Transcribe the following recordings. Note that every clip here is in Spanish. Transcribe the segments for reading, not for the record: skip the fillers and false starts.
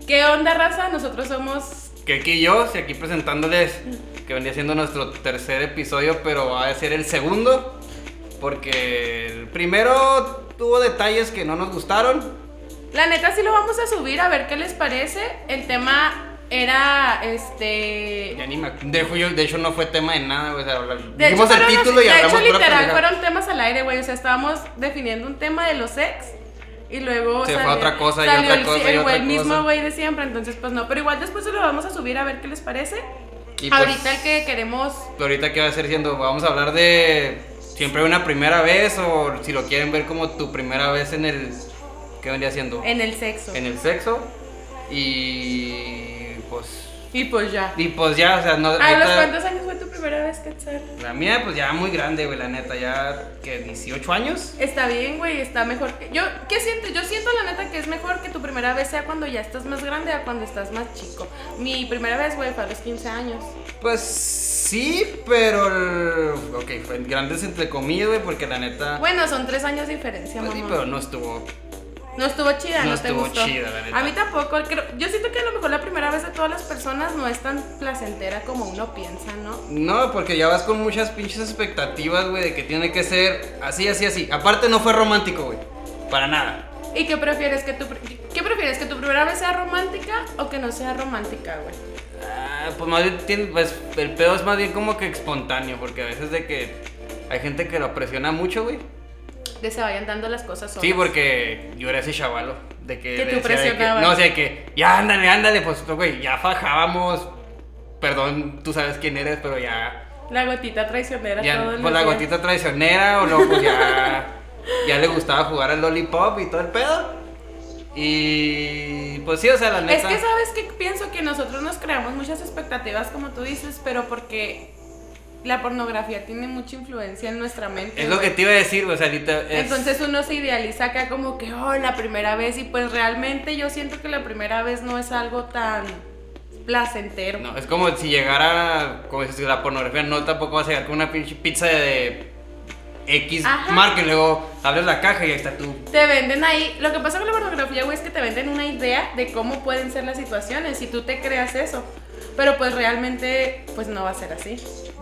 ¿Qué onda, raza? Nosotros somos... Keke y yo, aquí presentándoles que vendría siendo nuestro tercer episodio, pero va a ser el segundo, porque el primero tuvo detalles que no nos gustaron. La neta sí lo vamos a subir a ver qué les parece. El tema era Ya ni me de hecho no fue tema de nada, güey. O sea, de dijimos hecho, el título y hablamos pura literal pendejada. fueron temas al aire, güey. O sea, estábamos definiendo un tema de los ex y luego Se fue salió, otra cosa y salió otra cosa y el otra güey, mismo cosa. güey de siempre. Entonces, pues no. Pero igual después se lo vamos a subir a ver qué les parece. Y pues, Ahorita el que queremos... ahorita que va a ser siendo, vamos a hablar de siempre una primera vez, o si lo quieren ver como tu primera vez en el, ¿qué vendría siendo? En el sexo. En el sexo. Y pues ya, o sea, no. ¿A los cuántos años fue tu primera vez, Quetzal? La mía, pues ya muy grande, güey, la neta, ya que 18 años. Está bien, güey, está mejor. ¿Qué sientes? Yo siento la neta que es mejor que tu primera vez sea cuando ya estás más grande a cuando estás más chico. Mi primera vez, güey, fue a los 15 años. Pues sí, pero. Ok, fue grandes entre comillas, güey, porque la neta. Bueno, son 3 años de diferencia, Pues sí, mamá. pero no estuvo. No estuvo chida, no te estuvo gustó. chida, la neta. A mí tampoco. Yo siento que a lo mejor la primera vez de todas las personas no es tan placentera como uno piensa, ¿no? No, porque ya vas con muchas pinches expectativas, güey, de que tiene que ser así, así, así. Aparte, no fue romántico, güey. Para nada. ¿Y qué prefieres? ¿Que tu primera vez sea romántica o que no sea romántica, güey? Pues más bien, pues el pedo es más bien como que espontáneo, porque a veces de que hay gente que lo presiona mucho, güey. Que se vayan dando las cosas solas. Sí, porque yo era ese chavalo de que Que tú decía de presionabas. no, o sea, que ya ándale, pues güey, ya fajábamos. Perdón, tú sabes quién eres, pero ya La gotita traicionera ya todos pues los la días. gotita traicionera o no, pues ya le gustaba jugar al lollipop y todo el pedo. Y pues sí, o sea, la neta. Es que sabes que pienso que nosotros nos creamos muchas expectativas, como tú dices, pero porque la pornografía tiene mucha influencia en nuestra mente. Es lo que te iba a decir, o sea, ahorita Entonces uno se idealiza acá como que, oh, la primera vez, y pues realmente yo siento que la primera vez no es algo tan placentero. no, es como si llegara, como dices, la pornografía, no tampoco vas a llegar con una pinche pizza de X Ajá. marca y luego abres la caja y ahí está tú. Te venden ahí, lo que pasa con la pornografía, güey, es que te venden una idea de cómo pueden ser las situaciones y tú te creas eso, pero pues realmente pues no va a ser así.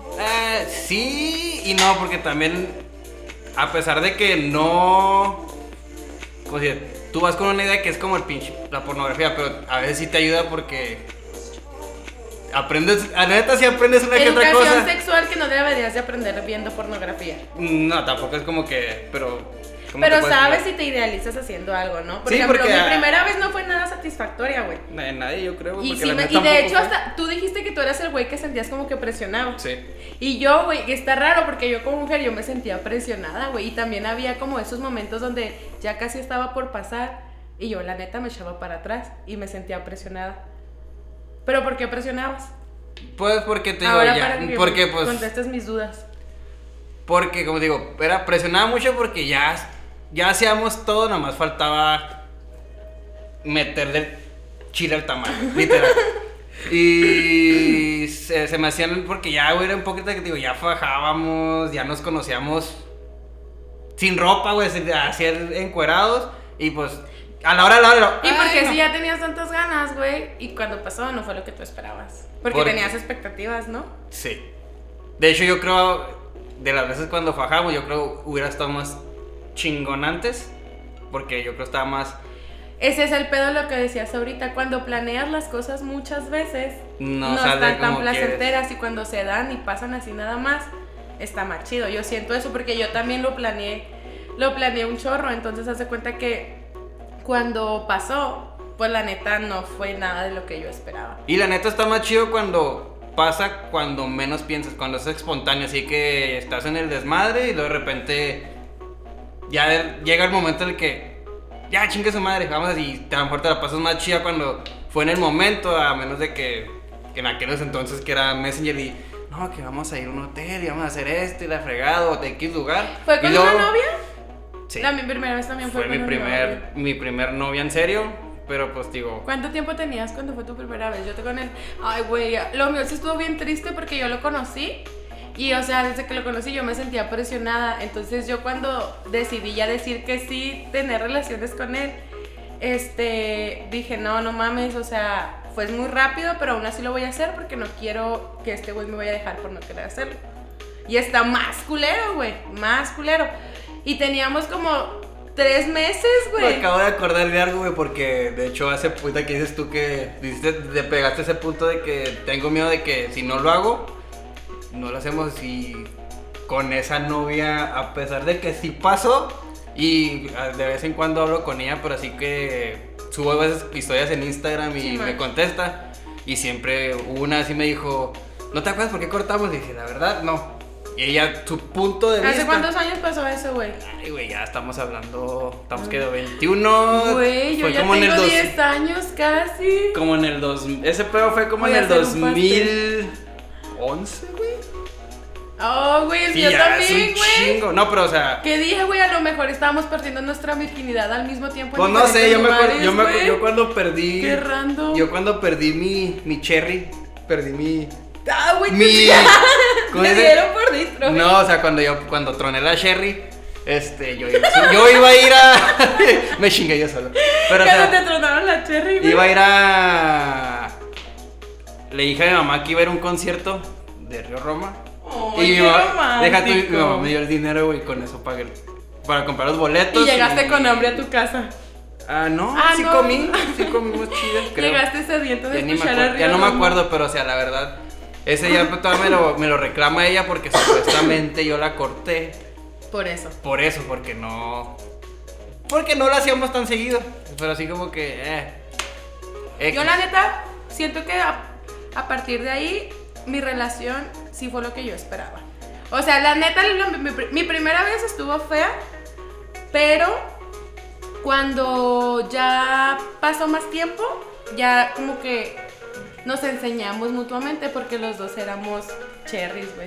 Sí y no, porque también, a pesar de que no, como si tú vas con una idea que es como el pinche, la pornografía, pero a veces sí te ayuda porque aprendes, a la neta sí aprendes una que otra Educación cosa. sexual que no deberías de aprender viendo pornografía. No, tampoco es como que, pero... ¿cómo Pero te puedo sabes explicar? si te idealizas haciendo algo, ¿no? Por Sí, ejemplo, porque, mi primera vez no fue nada satisfactoria, güey. Nadie, yo creo, Y, porque sí la neta y de tampoco hecho fue. hasta tú dijiste que tú eras el güey que sentías como que presionado. Sí. Y yo, güey, que está raro porque yo como mujer yo me sentía presionada, güey. Y también había como esos momentos donde ya casi estaba por pasar y yo la neta me echaba para atrás y me sentía presionada. ¿Pero por qué presionabas? Pues porque te digo, Ahora ya, para que porque me pues, contestes mis dudas. porque como digo, era presionaba mucho porque ya hacíamos todo, nada más faltaba meterle chile al tamal, literal. Y se me hacían, porque ya, güey, era un poquito que digo, ya fajábamos, ya nos conocíamos sin ropa, güey, así encuerados, y pues a la hora. ¿Y por qué ay, no. si ya tenías tantas ganas, güey? Y cuando pasó no fue lo que tú esperabas. Porque tenías expectativas, ¿no? Sí. De hecho, yo creo, de las veces cuando fajamos, yo creo hubiera estado más chingón antes, porque yo creo estaba más... Ese es el pedo lo que decías ahorita. Cuando planeas las cosas muchas veces, No no sale están tan como placenteras. Y cuando se dan y pasan así nada más, está más chido. Yo siento eso porque yo también lo planeé un chorro. Entonces hace cuenta que cuando pasó, pues la neta no fue nada de lo que yo esperaba. Y la neta está más chido cuando pasa, cuando menos piensas, cuando es espontáneo, así que estás en el desmadre y luego de repente ya llega el momento en el que ya chingue su madre, vamos así, a lo mejor te la pasas más chida cuando fue en el momento, a menos de que en aquellos entonces que era Messenger y no, que vamos a ir a un hotel y vamos a hacer esto y la fregada o de X lugar. ¿Fue con Y luego- una novia? Sí. Mi primera vez también fue Fue con mi una novia. primer novia en serio, pero pues digo, ¿Cuánto tiempo tenías cuando fue tu primera vez? Yo te con él. Ay, güey, lo mío sí estuvo bien triste porque yo lo conocí. Y, o sea, desde que lo conocí yo me sentía presionada. Entonces yo cuando decidí ya decir que sí, tener relaciones con él, dije, no mames, o sea, fue muy rápido, pero aún así lo voy a hacer porque no quiero que este güey me vaya a dejar por no querer hacerlo. Y está más culero, güey, más culero. Y teníamos como 3 meses, güey. Me acabo de acordar de algo, güey, porque de hecho hace puta que dices tú que te pegaste ese punto de que tengo miedo de que si no lo hago, no lo hacemos. Y con esa novia, a pesar de que sí pasó, y de vez en cuando hablo con ella, pero así que subo a veces historias en Instagram y Sí, me contesta. Y siempre una así me dijo, ¿no te acuerdas por qué cortamos? Y dije, la verdad, no. Y ella, su punto de vista... ¿Hace cuántos años pasó eso, güey? Ay, güey, ya estamos hablando... Estamos que de 21... Güey, yo fue ya como tengo en el 10 años casi. Como en el 2000... Ese pedo fue como Voy en a el hacer un 2011, güey. Oh, güey, Sí, yo ya también, es un güey. chingo. No, pero o sea... ¿Qué dije, güey? A lo mejor estábamos perdiendo nuestra virginidad al mismo tiempo. Pues en no sé, diferentes lugares, yo cuando perdí... Qué random. Yo cuando perdí mi cherry... Perdí mi... Ah, güey, Mi... ¿cómo me dice? dieron por dentro. No, o sea, cuando troné la Sherry, yo iba a ir a... Me chingué yo solo. Pero, o Cuando sea, te tronaron la cherry, güey. iba a ir a... Le dije a mi mamá que iba a ir a un concierto de Río Roma. Ay, y qué mi mamá, romántico. mi mamá me dio el dinero, güey, con eso pagué para comprar los boletos. Y llegaste con hambre a tu casa. Ah, no, Ah, sí no. sí comimos chidas, creo. Llegaste sediento de Ya, ni me escuchar a acuerdo, Río ya no me Roma. acuerdo, pero o sea, la verdad, ese día todavía me lo reclama ella porque supuestamente yo la corté. Por eso. Por eso, porque no lo hacíamos tan seguido. Pero así como que, X. Yo la neta siento que a partir de ahí mi relación sí fue lo que yo esperaba. O sea, la neta mi primera vez estuvo fea, pero cuando ya pasó más tiempo, ya como que nos enseñamos mutuamente porque los dos éramos cherries, güey.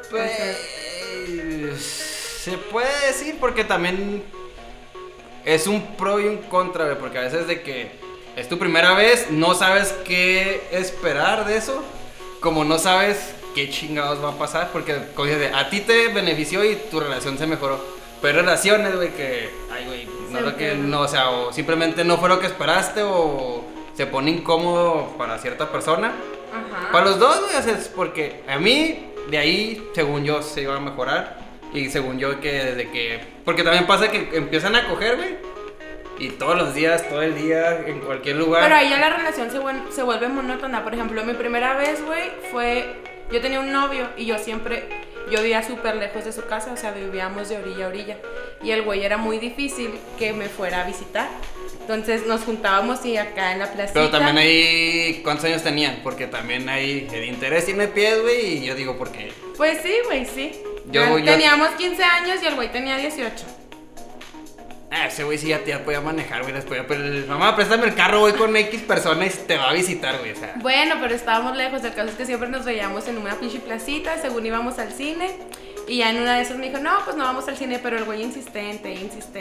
Pues, se puede decir porque también es un pro y un contra, güey, porque a veces de que es tu primera vez, no sabes qué esperar de eso, como no sabes qué chingados va a pasar, porque como dices, a ti te benefició y tu relación se mejoró, pero hay relaciones, güey, que, ay, güey, no es lo que, no, o sea, o simplemente no fue lo que esperaste o se pone incómodo para cierta persona. Ajá. Para los dos, güey, o sea, es porque a mí, de ahí, según yo, se iba a mejorar. Y según yo, que desde que... Porque también pasa que empiezan a coger, güey. Y todos los días, todo el día, en cualquier lugar. Pero ahí ya la relación se vuelve monótona. Por ejemplo, mi primera vez, güey, fue... Yo tenía un novio y yo vivía súper lejos de su casa, o sea, vivíamos de orilla a orilla. Y el güey era muy difícil que me fuera a visitar. Entonces nos juntábamos y acá en la placita. Pero también ahí, ¿cuántos años tenían? Porque también hay el interés tiene pies, güey, y yo digo, ¿por qué? Pues sí, güey, sí. Yo- Teníamos 15 años y el güey tenía 18. Ese güey sí ya te podía manejar, güey, después, pero mamá, préstame el carro, voy con X personas y te va a visitar, güey, o sea. Bueno, pero estábamos lejos. El caso es que siempre nos veíamos en una pinche placita, según íbamos al cine. Y ya en una de esas me dijo, no, pues no vamos al cine, pero el güey insistente.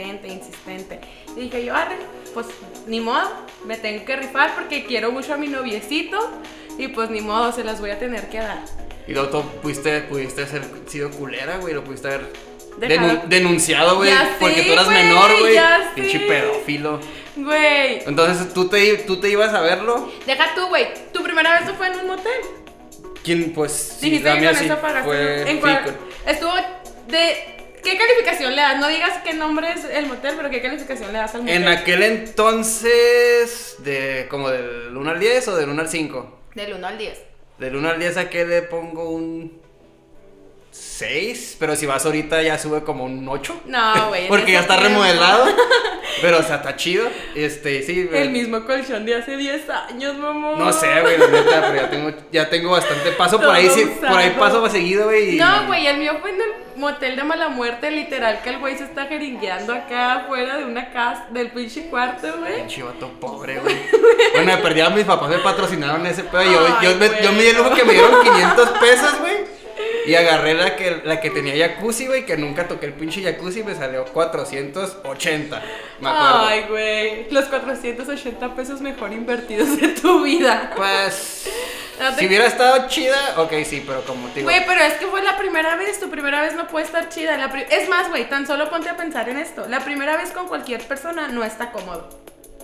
Y dije yo, arre, pues ni modo, me tengo que rifar porque quiero mucho a mi noviecito. Y pues ni modo, se las voy a tener que dar. Y luego tú pudiste haber sido culera, güey, lo pudiste haber Dejado- denunciado, güey, Ya porque sé, tú eras güey, menor, güey, ya pinche sé. pedófilo. Güey, Entonces, ¿tú te ibas a verlo? deja tú, güey, tu primera vez no fue en un motel. ¿Quién? Pues, sí, Dijiste la que mía con sí eso pagaste. fue... ¿En sí, cuál? con- Estuvo de... ¿Qué calificación le das? No digas qué nombre es el motel, pero ¿qué calificación le das al motel? En aquel entonces, como del 1 al 10 o del 1 al 5. Del 1 al 10. Del 1 al 10 a qué le pongo un 6, pero si vas ahorita ya sube como un 8. No, güey. en Porque ya ese está tiempo. remodelado. Pero, o sea, está chido. Sí, güey. El mismo colchón de hace 10 años, mamá. No sé, güey, la neta, pero ya tengo bastante paso por Todo ahí, sí, usado. por ahí paso seguido, güey. No, güey, el mío fue en el motel de mala muerte, literal, que el güey se está jeringueando acá afuera de una casa, del pinche cuarto, güey. Pinche vato pobre, güey. Bueno, me perdí a mis papás, me patrocinaron ese pedo. Ay, Yo me di el lujo que me dieron 500 pesos, güey. Y agarré la que tenía jacuzzi, güey, que nunca toqué el pinche jacuzzi, me salió 480. Me acuerdo. Ay, güey, los 480 pesos mejor invertidos de tu vida. Pues, No te- si hubiera estado chida, ok, sí, pero como te digo. Güey, pero es que fue la primera vez, tu primera vez no puede estar chida. Es más, güey, tan solo ponte a pensar en esto. La primera vez con cualquier persona no está cómodo.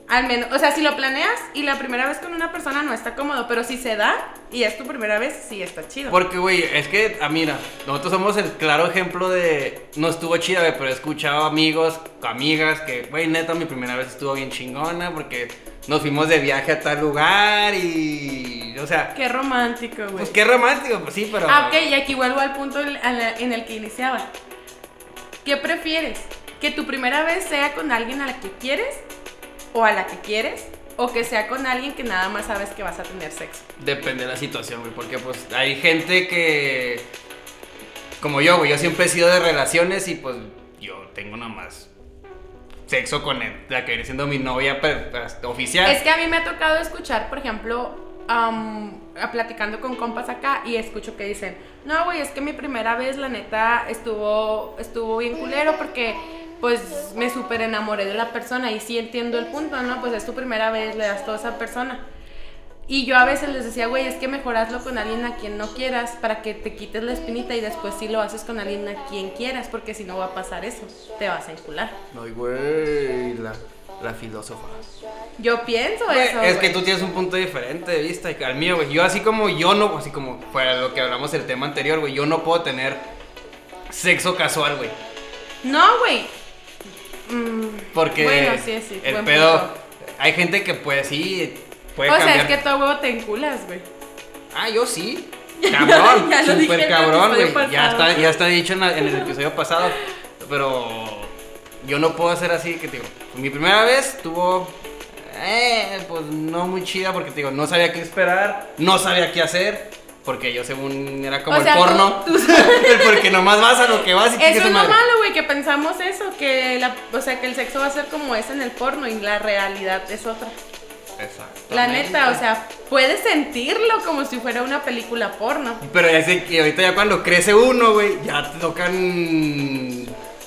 Al menos, o sea, si lo planeas y la primera vez con una persona no está cómodo, pero si se da y es tu primera vez, sí está chido. Porque, güey, es que, mira, nosotros somos el claro ejemplo de, no estuvo chida, güey, pero he escuchado amigos, amigas que, güey, neta, mi primera vez estuvo bien chingona porque nos fuimos de viaje a tal lugar y, o sea... Qué romántico, güey. Pues qué romántico, pues sí, pero... Ok, y aquí vuelvo al punto en el que iniciaba. ¿Qué prefieres? ¿Que tu primera vez sea con alguien a la que quieres o a la que quieres? ¿O que sea con alguien que nada más sabes que vas a tener sexo? Depende de la situación, güey, porque pues hay gente que... Como yo, güey, yo siempre he sido de relaciones y pues yo tengo nada más sexo con la que viene siendo mi novia oficial. Es que a mí me ha tocado escuchar, por ejemplo, platicando con compas acá y escucho que dicen, no, güey, es que mi primera vez, la neta, estuvo bien culero porque... pues me súper enamoré de la persona y sí entiendo el punto, ¿no? Pues es tu primera vez, le das todo a esa persona. Y yo a veces les decía, güey, es que mejor hazlo con alguien a quien no quieras para que te quites la espinita y después sí lo haces con alguien a quien quieras, porque si no va a pasar eso, te vas a encular. Ay, güey, la filósofa. Yo pienso Güey, eso, es güey. que tú tienes un punto diferente de vista al mío, güey. Yo así como fuera lo que hablamos del tema anterior, güey, yo no puedo tener sexo casual, güey. No, güey. Porque bueno, sí, el buen pedo, punto. hay gente que pues sí puede O sea, cambiar. es que todo huevo te enculas, güey. Yo sí. Cabrón, Ya lo dije súper en el cabrón, episodio güey. pasado. Ya está dicho en el episodio pasado. Pero yo no puedo hacer así que te digo. Mi primera vez estuvo pues no muy chida porque te digo, no sabía qué esperar, no sabía qué hacer. Porque yo según era como O sea, el porno. tú Porque nomás vas a lo que vas y eso es lo madre. malo, güey, que pensamos eso, que o sea, que el sexo va a ser como es en el porno y la realidad es otra. Exacto. La neta, o sea, puedes sentirlo como si fuera una película porno. Pero ya sé que ahorita ya cuando crece uno, güey, ya te tocan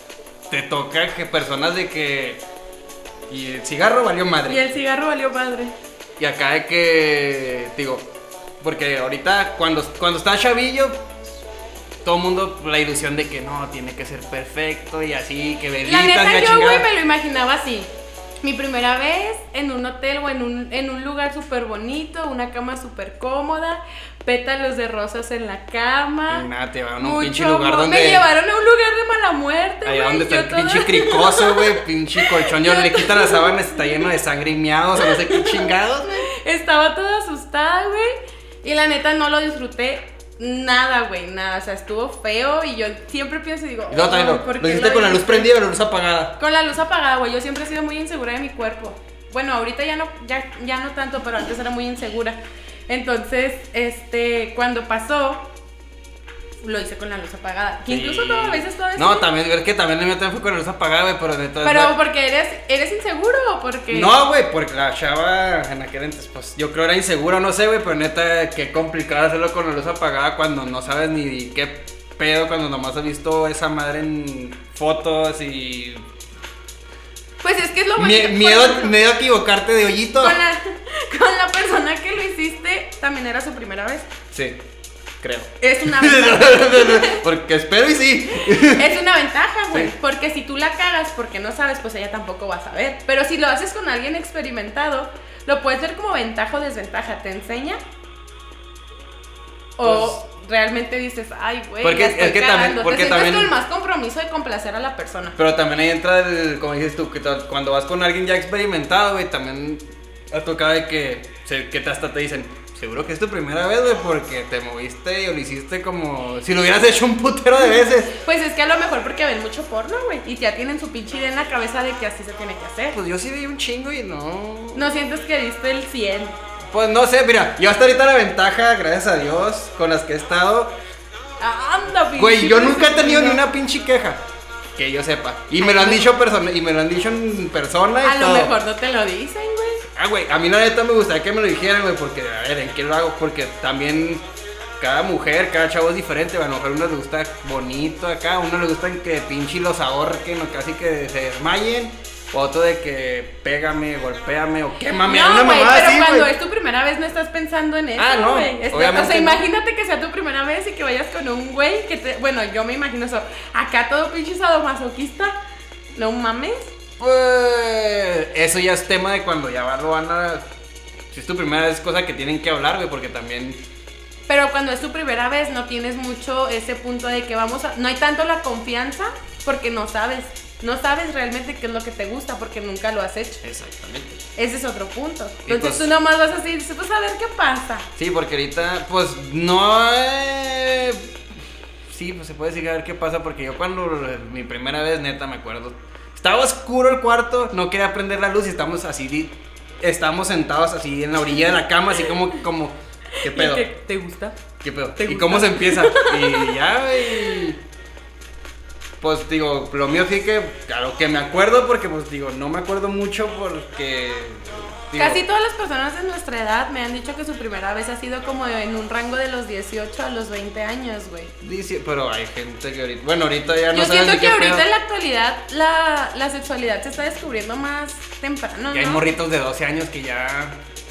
que personas de que y el cigarro valió madre. Y el cigarro valió madre. Y acá de que digo, porque ahorita cuando está chavillo todo el mundo la ilusión de que no, tiene que ser perfecto y así, que velitas La neta, y la yo, chingada. güey, me lo imaginaba así. Mi primera vez en un hotel o en un lugar súper bonito, una cama súper cómoda, pétalos de rosas en la cama. Y nada, te llevaron a un mucho pinche lugar amor. donde... Me llevaron a un lugar de mala muerte, Allá güey. donde está Yo el toda- pinche cricoso, güey, pinche colchón, yo le quitan las sábanas, está lleno de sangre y miados o no sé qué chingados, güey. Estaba toda asustada, güey. Y la neta no lo disfruté nada, güey, nada. O sea, estuvo feo y yo siempre pienso y digo... Y luego también "Ay, ¿por lo qué hiciste con la luz hice?". prendida o la luz apagada. Con la luz apagada, güey. Yo siempre he sido muy insegura de mi cuerpo. Bueno, ahorita ya no tanto, pero antes era muy insegura. Entonces, cuando pasó, lo hice con la luz apagada. Que incluso Sí. a veces todavía No, sí. también, es que también me fue con la luz apagada, güey, pero neta. Pero porque eres inseguro o porque... No, güey, porque la chava en aquel entonces, pues yo creo era insegura, no sé, güey, pero neta, qué complicado hacerlo con la luz apagada cuando no sabes ni qué pedo, cuando nomás has visto esa madre en fotos y... Pues es que es lo bonito. Miedo a equivocarte de hoyito. Con la persona que lo hiciste, también era su primera vez. Sí, creo. Es una ventaja. Porque espero y sí. Es una ventaja, güey. Sí. Porque si tú la cagas porque no sabes, pues ella tampoco va a saber. Pero si lo haces con alguien experimentado, lo puedes ver como ventaja o desventaja. ¿Te enseña? O realmente dices, ay, güey, Porque la es estoy que también- cagando. porque Te sientes también- con más compromiso de complacer a la persona. Pero también ahí entra como dices tú, que cuando vas con alguien ya experimentado, güey, también ha tocado de que hasta te dicen, seguro que es tu primera vez, güey, porque te moviste y lo hiciste como si lo hubieras hecho un putero de veces. Pues es que a lo mejor porque ven mucho porno, güey. Y ya tienen su pinche idea en la cabeza de que así se tiene que hacer. Pues yo sí vi un chingo y no... No sientes que diste el 100. Pues no sé, mira, yo hasta ahorita la ventaja, gracias a Dios, con las que he estado... Anda, pinche. Güey, yo nunca he tenido ni presumido. una pinche queja. Que yo sepa. Y me lo han dicho en persona y A lo todo. mejor no te lo dicen, güey. Güey, a mí la neta me gustaría que me lo dijeran, güey, porque, a ver, ¿en qué lo hago? Porque también cada mujer, cada chavo es diferente, güey. A lo mejor a uno le gusta bonito acá, a uno le gusta que pinche los ahorquen o casi que se desmayen. O otro de que pégame, golpéame o quémame. No, una güey, mamada pero así, cuando güey. es tu primera vez no estás pensando en eso, Ah, no, güey. obviamente o sea, no. imagínate que sea tu primera vez y que vayas con un güey que te... Bueno, yo me imagino eso. Acá todo pinche sadomasoquista. No mames. Pues eso ya es tema de cuando ya lo van a... Si es tu primera vez, es cosa que tienen que hablar, güey, porque también... Pero cuando es tu primera vez no tienes mucho ese punto de que no hay tanto la confianza porque no sabes realmente qué es lo que te gusta porque nunca lo has hecho. Exactamente. Ese es otro punto. Entonces pues, tú nomás vas a decir, pues a ver qué pasa. Sí, porque ahorita, pues no... Sí, pues se puede decir a ver qué pasa porque yo cuando mi primera vez, neta, me acuerdo, estaba oscuro el cuarto, no quería prender la luz y estábamos sentados así en la orilla de la cama, así como ¿qué pedo? ¿Te gusta? ¿Qué pedo? ¿Te ¿Y gusta? cómo se empieza? Y ya, güey. Pues digo, lo mío sí que, claro, que me acuerdo porque, pues digo, no me acuerdo mucho porque... Digo, casi todas las personas de nuestra edad me han dicho que su primera vez ha sido como en un rango de los 18 a los 20 años, güey. pero hay gente que ahorita... Bueno, ahorita ya no Yo saben siento de que qué ahorita pedo. en la actualidad la sexualidad se está descubriendo más temprano, Ya hay ¿no? morritos de 12 años que ya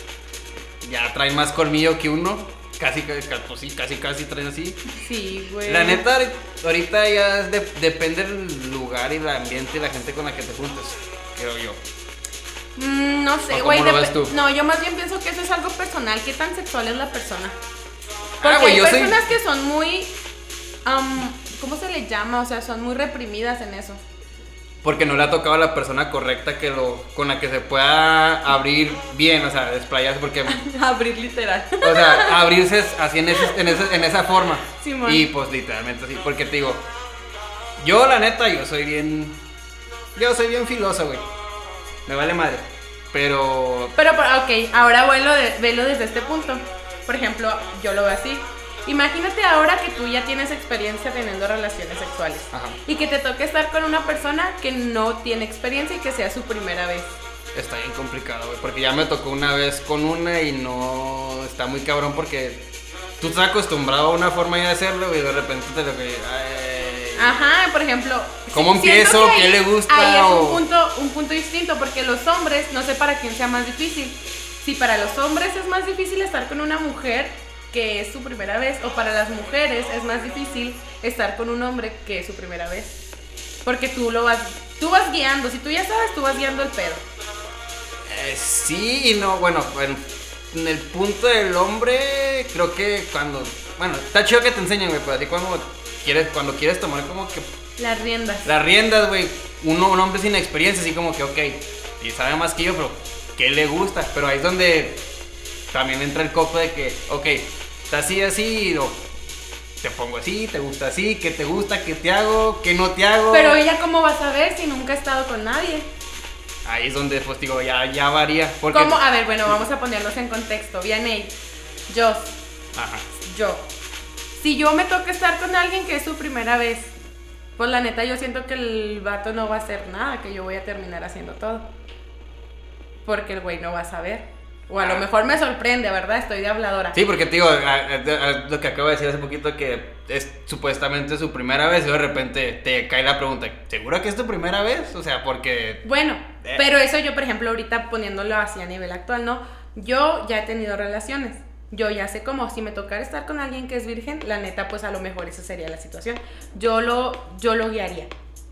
traen más colmillo que uno. Casi traen así. Sí, güey. La neta, ahorita ya depende del lugar y el ambiente y la gente con la que te juntes, creo yo. No sé, ¿O güey. cómo lo ves tú? No, yo más bien pienso que eso es algo personal. ¿Qué tan sexual es la persona? Porque Güey, hay yo soy... personas que son muy... ¿cómo se le llama? O sea, son muy reprimidas en eso. Porque no le ha tocado a la persona correcta con la que se pueda abrir bien, o sea, desplayarse, porque... Abrir literal. O sea, abrirse así en esa forma. Simón. Y pues literalmente así, porque te digo, yo la neta, yo soy bien filoso, güey. Me vale madre. Pero Ok, ahora velo desde este punto. Por ejemplo, yo lo veo así. Imagínate ahora que tú ya tienes experiencia teniendo relaciones sexuales. Ajá. Y que te toque estar con una persona que no tiene experiencia y que sea su primera vez. está bien complicado, güey, porque ya me tocó una vez con una y no está muy cabrón porque tú estás acostumbrado a una forma de hacerlo, güey, y de repente te lo que... Ajá, por ejemplo, ¿cómo siento empiezo? que ¿Qué le gusta? Ahí es O- un punto distinto, porque los hombres, no sé para quién sea más difícil. Si para los hombres es más difícil estar con una mujer que es su primera vez, o para las mujeres es más difícil estar con un hombre que es su primera vez. Porque tú vas guiando, si tú ya sabes, tú vas guiando el pedo. Sí y no, bueno, en el punto del hombre, creo que bueno, está chido que te enseñen, güey, pero así cuando quieres tomar como que Las riendas. las riendas, güey, un hombre sin experiencia, así como que, ok, y sabe más que yo, pero ¿qué le gusta? Pero ahí es donde también entra el coco de que, ok, está así, o te pongo así, te gusta así, ¿qué te gusta? ¿Qué te hago? ¿Qué no te hago? Pero ella, ¿cómo va a saber si nunca ha estado con nadie? Ahí es donde, pues digo, ya varía. Porque... ¿Cómo? A ver, bueno, vamos a ponernos en contexto. Vianey, yo. Si yo me toca estar con alguien que es su primera vez, pues la neta yo siento que el vato no va a hacer nada, que yo voy a terminar haciendo todo. Porque el güey no va a saber. O a lo mejor me sorprende, ¿verdad? Estoy de habladora. Sí, porque te digo, lo que acabo de decir hace poquito, que es supuestamente su primera vez, y de repente te cae la pregunta, ¿segura que es tu primera vez? O sea, porque... Bueno, pero eso yo, por ejemplo, ahorita poniéndolo así a nivel actual, ¿no? Yo ya he tenido relaciones. Yo ya sé cómo, si me tocara estar con alguien que es virgen, la neta, pues a lo mejor esa sería la situación. Yo lo guiaría.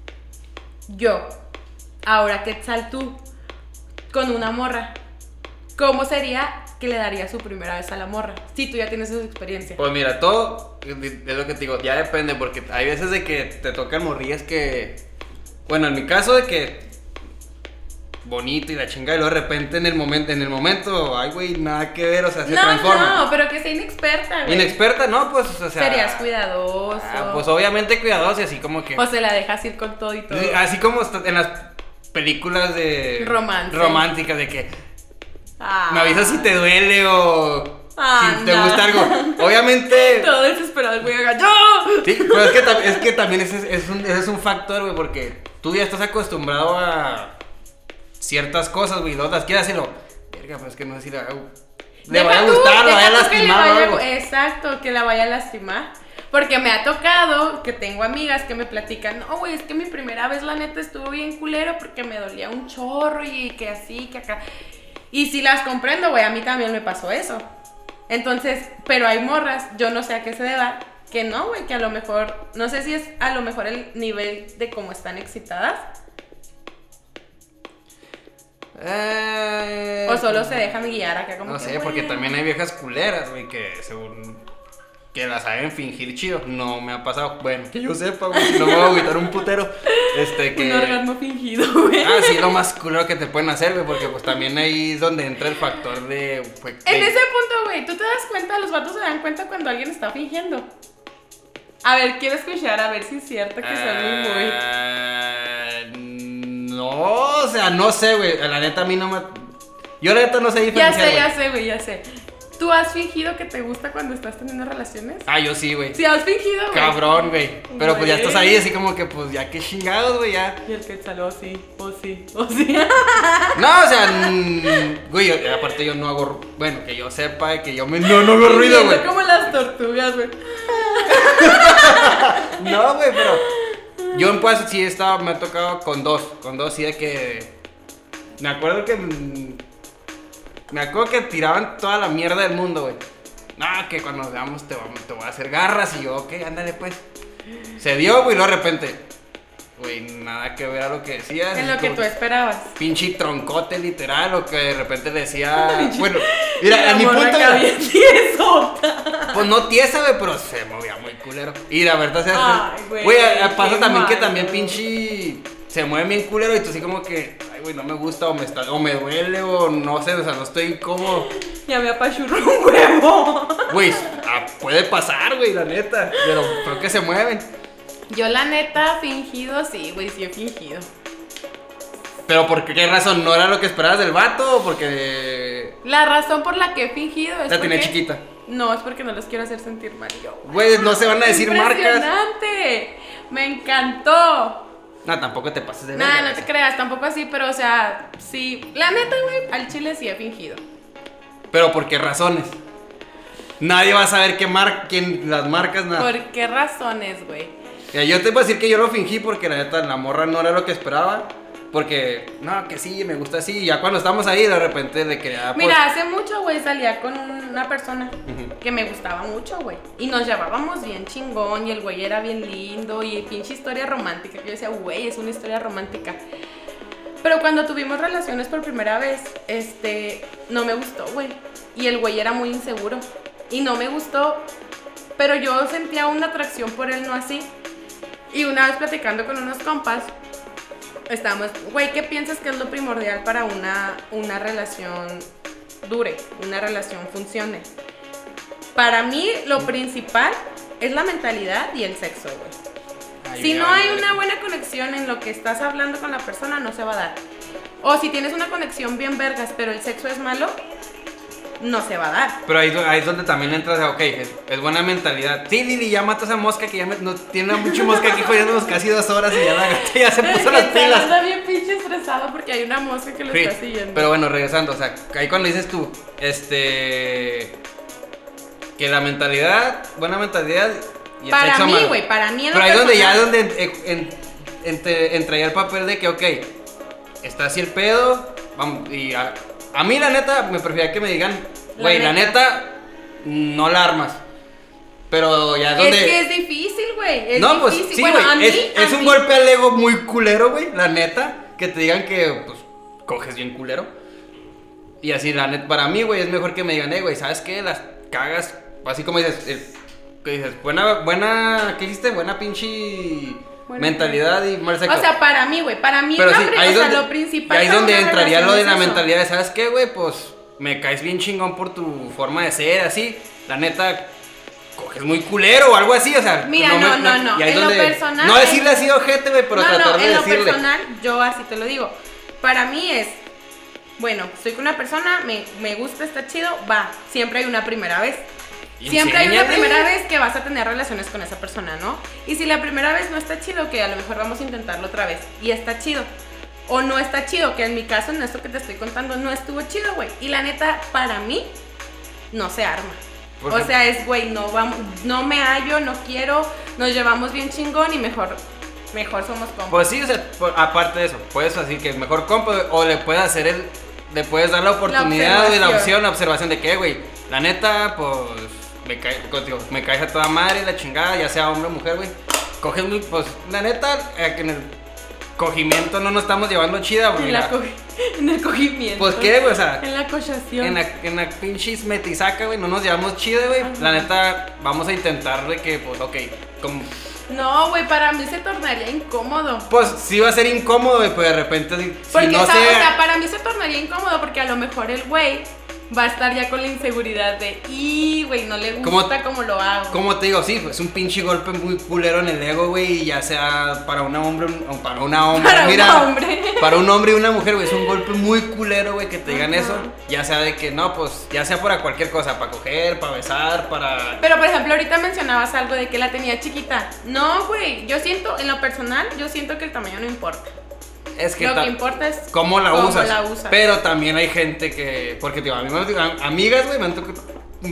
Ahora, ¿qué tal tú? Con una morra. ¿Cómo sería que le daría su primera vez a la morra? Si tú ya tienes esa experiencia. Pues mira, todo es lo que te digo, ya depende, porque hay veces de que te tocan morrillas que... Bueno, en mi caso de que... bonito y la chingada, y luego de repente en el momento, ay güey, nada que ver, o sea, se transforma. No, pero que sea inexperta, güey. Inexperta, no, pues, o sea... Serías cuidadoso. Pues obviamente cuidadoso y así como que... O se la dejas ir con todo y todo. Así como en las películas de... Romance. Románticas, de que... Ah. Me avisas si te duele o... si te no. gusta algo. Obviamente... Todo desesperado el güey haga ¡yo! Sí, pero es que también ese es un factor, güey, porque tú ya estás acostumbrado a ciertas cosas, güey, y luego las quieres hacerlo. Verga, pues es que no sé si le vaya a gustar, le vaya a lastimar o algo. Exacto, que la vaya a lastimar. Porque me ha tocado que tengo amigas que me platican, no, güey, es que mi primera vez la neta estuvo bien culero porque me dolía un chorro y que así, que acá. Y si las comprendo, güey, a mí también me pasó eso. Entonces, pero hay morras, yo no sé a qué se deba, que no, güey, que a lo mejor, no sé si es a lo mejor el nivel de cómo están excitadas, O solo se dejan guiar acá como no que, sé, porque bueno. también hay viejas culeras, güey, que según que la saben fingir chido. No me ha pasado, bueno, que yo sepa, güey, no me voy a agüitar un putero. Que... Un orgasmo fingido, güey. Ah, sí, lo más culero que te pueden hacer, güey, porque pues también ahí es donde entra el factor de... Pues, En ese punto, güey, ¿tú te das cuenta? Los vatos se dan cuenta cuando alguien está fingiendo. A ver, quiero escuchar, a ver si es cierto que son muy... No, o sea, no sé, güey, la neta a mí no me... Yo la neta no sé diferenciar, Ya sé, güey, ya sé. ¿Tú has fingido que te gusta cuando estás teniendo relaciones? Ah, yo sí, güey. Sí, has fingido, güey. Cabrón, güey. Pero pues ya Güey. estás ahí así como que pues ya qué chingados, güey, ya. Y el Quetzal, oh sí, oh sí, oh sí. No, o sea, güey, aparte yo no hago, bueno, que yo sepa que yo no hago ruido, güey. Como las tortugas, güey. No, güey, pero yo en pues sí me ha tocado con dos sí de que me acuerdo que tiraban toda la mierda del mundo, güey. No, que cuando nos veamos te voy a hacer garras y yo, ok, ándale pues. Se dio, güey, y luego de repente, güey, nada que ver a lo que decías. En lo que tú esperabas. Pinche troncote literal, o que de repente decía, bueno, mira, a mi La morra punto que había tiesota. pues no tiesa, güey, pero se movía muy culero. Y la verdad, Ay, güey, güey, pasa qué también que malo. también pinche se mueve bien culero y tú así como que, ay, güey, no me gusta o me duele o no sé, o sea, no estoy como, Ya me apachurró un huevo. güey, puede pasar, güey, la neta, pero creo que se mueven. Yo la neta, fingido, sí, güey, sí he fingido. Pero ¿por qué razón? ¿No era lo que esperabas del vato o porque La razón por la que he fingido es la tenía porque... chiquita? No, es porque no los quiero hacer sentir mal yo. Güey, no se van a decir marcas. ¡Impresionante! Me encantó. No, tampoco te pases de Nada, verga, no te o sea. creas, tampoco así, pero o sea, sí. La neta, güey, al chile sí he fingido. Pero ¿por qué razones? Nadie va a saber quién las marcas, nada. ¿Por qué razones, güey? Mira, yo te puedo decir que yo lo fingí porque la neta la morra no era lo que esperaba. Porque, no, que sí, me gusta así. Y ya cuando estamos ahí, de repente le quería. Pues, Mira, hace mucho, güey, salía con una persona Ujú. que me gustaba mucho, güey. Y nos llevábamos bien chingón y el güey era bien lindo y pinche historia romántica. Que yo decía, güey, es una historia romántica. Pero cuando tuvimos relaciones por primera vez, no me gustó, güey. Y el güey era muy inseguro. Y no me gustó, pero yo sentía una atracción por él, no así. Y una vez platicando con unos compas, estábamos, güey, ¿qué piensas que es lo primordial para una relación dure, una relación funcione? Para mí, lo principal es la mentalidad y el sexo, güey. ay, Si no ay, hay ay. una buena conexión en lo que estás hablando con la persona, no se va a dar. O si tienes una conexión bien vergas, pero el sexo es malo, no se va a dar. Pero ahí es donde también entras, ok, es buena mentalidad. Sí, Lili, ya mata esa mosca que ya no, tiene una mucha mosca aquí jodiéndonos casi 2 horas y ya la gata ya se puso las Está pilas. anda bien pinche estresado porque hay una mosca que lo Sí, está siguiendo. pero bueno, regresando, o sea, ahí cuando dices tú, que la mentalidad, buena mentalidad y el Para sexo mí, malo. güey, para mí en Pero lo ahí es donde ya personal- entraría el papel de que, ok, está así el pedo, vamos, y a mí la neta me prefería que me digan, güey, la neta, no la armas. Pero ya es donde... Es que es difícil, güey. Es no, pues difícil. sí, Bueno, güey, a mí, es un golpe al ego muy culero, güey, la neta, que te digan que, pues, coges bien culero. Y así, la neta, para mí, güey, es mejor que me digan, güey, ¿sabes qué? Las cagas, así como dices, que dices, ¿qué hiciste? Buena pinche Buena mentalidad y mal sexo. O sea, para mí, güey, para mí pero sí, o sea, lo principal. ahí es para donde una entraría lo relación de es la eso. mentalidad de, ¿sabes qué, güey? Pues, me caes bien chingón por tu forma de ser, así, la neta... Coges muy culero o algo así, o sea. Mira, no. y ahí En lo donde- personal. No decirle así ojete, güey, pero tratar de en lo decirle. personal, yo así te lo digo. Para mí es, bueno, estoy con una persona, me gusta, está chido, va. Siempre hay una primera vez. Siempre hay una Enséñale. primera vez que vas a tener relaciones con esa persona, ¿no? Y si la primera vez no está chido, que a lo mejor vamos a intentarlo otra vez. Y está chido. O no está chido, que en mi caso, en esto que te estoy contando, no estuvo chido, güey. Y la neta, para mí, no se arma. ¿Por O qué? sea, es, güey, no me hallo, no quiero, nos llevamos bien chingón y mejor somos compas. Pues sí, o sea, aparte de eso, puedes así que mejor compa, güey, o le puedes le puedes dar la oportunidad de la opción, la observación de que, güey, la neta, pues, me caes a toda madre, la chingada, ya sea hombre o mujer, güey. Coges muy, pues, la neta, cogimiento no nos estamos llevando chida, güey. En el cogimiento. Pues qué, güey, o sea. En la cochación. En la pinche metisaca, güey, no nos llevamos chida, güey. La neta, vamos a intentar de que, pues, ok, como... No, güey, para mí se tornaría incómodo. Pues sí va a ser incómodo, güey, pues de repente porque, si no o sea, para mí se tornaría incómodo porque a lo mejor el güey va a estar ya con la inseguridad de güey, no le gusta cómo lo hago. Como te digo, sí, es un pinche golpe muy culero en el ego, güey, ya sea para un hombre o para una hombre. Para un hombre y una mujer, güey, es un golpe muy culero, güey, que te digan eso, ya sea de que no, pues, ya sea para cualquier cosa, para coger, para besar, para... Pero, por ejemplo, ahorita mencionabas algo de que la tenía chiquita. No, güey, yo siento, en lo personal, yo siento que el tamaño no importa. Es que lo que importa es cómo la usas. Pero también hay gente que, porque digo, a mí amigas, güey, me han tocado,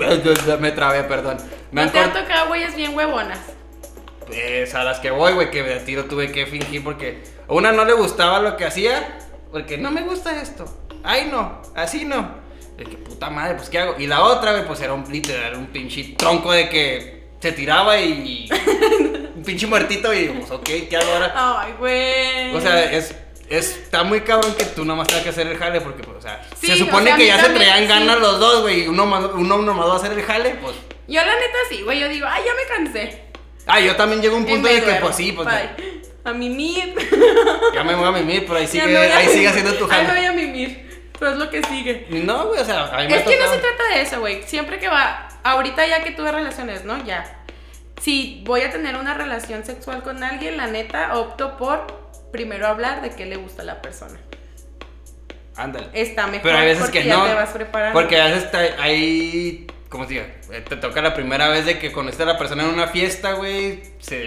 me trabé, perdón. ¿No te han tocado güeyes bien huevonas? Pues a las que voy, güey, que de tiro tuve que fingir porque a una no le gustaba lo que hacía, porque no me gusta esto. Ay, no, así no. De que puta madre, pues ¿qué hago? Y la otra, güey, pues era un pinche tronco de que se tiraba y un pinche muertito y pues ok, ¿qué hago ahora? Ay, güey. O sea, está muy cabrón que tú nomás tengas que hacer el jale porque, pues, o sea, sí, se supone que ya también, se traían ganas los dos, güey, y uno nomás va a hacer el jale, pues. Yo la neta sí, güey, yo digo, ya me cansé. Yo también llego a un punto de que, pues sí, pues. A mimir. Ya me voy a mimir, pero ahí sigue haciendo tu jale. Ahí me voy a mimir, pero es lo que sigue. No, güey, o sea, a mí me es que no se trata de eso, güey, siempre que va, ahorita ya que tuve relaciones, ¿no? Ya. Si voy a tener una relación sexual con alguien, la neta, opto por primero hablar de qué le gusta a la persona. Ándale. Está mejor. Pero hay veces porque que ya no. te vas preparando. Porque a veces hay, ¿cómo se diga? Te toca la primera vez de que conociste a la persona en una fiesta, güey.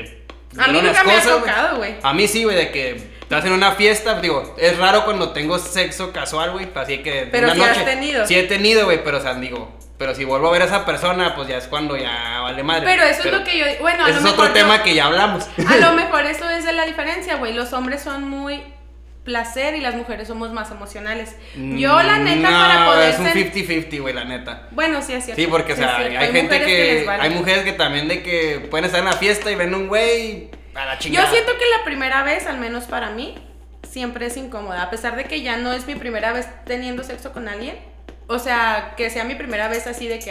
A mí nunca me ha tocado, güey. A mí sí, güey, de que estás en una fiesta. Digo, es raro cuando tengo sexo casual, güey. Así que. Pero una sí noche, has tenido. Sí he tenido, güey, pero o sea, digo. Pero si vuelvo a ver a esa persona, pues ya es cuando ya vale madre. Pero eso es lo que yo... Bueno, ese es otro tema que ya hablamos. A lo mejor eso es de la diferencia, güey. Los hombres son muy placer y las mujeres somos más emocionales. Yo, la neta, para poder es un 50-50, güey, la neta. Bueno, sí es cierto. Sí, porque, o sea, hay gente que... Hay mujeres que también de que pueden estar en la fiesta y ven un güey a la chingada. Yo siento que la primera vez, al menos para mí, siempre es incómoda. A pesar de que ya no es mi primera vez teniendo sexo con alguien. O sea, que sea mi primera vez así de que,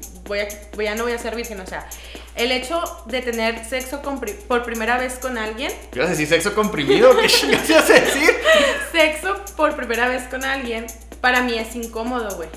ya no voy a ser virgen. O sea, el hecho de tener sexo por primera vez con alguien. ¿Qué vas a decir? ¿Sexo comprimido? ¿Qué chingas ibas a decir? Sexo por primera vez con alguien, para mí es incómodo, güey.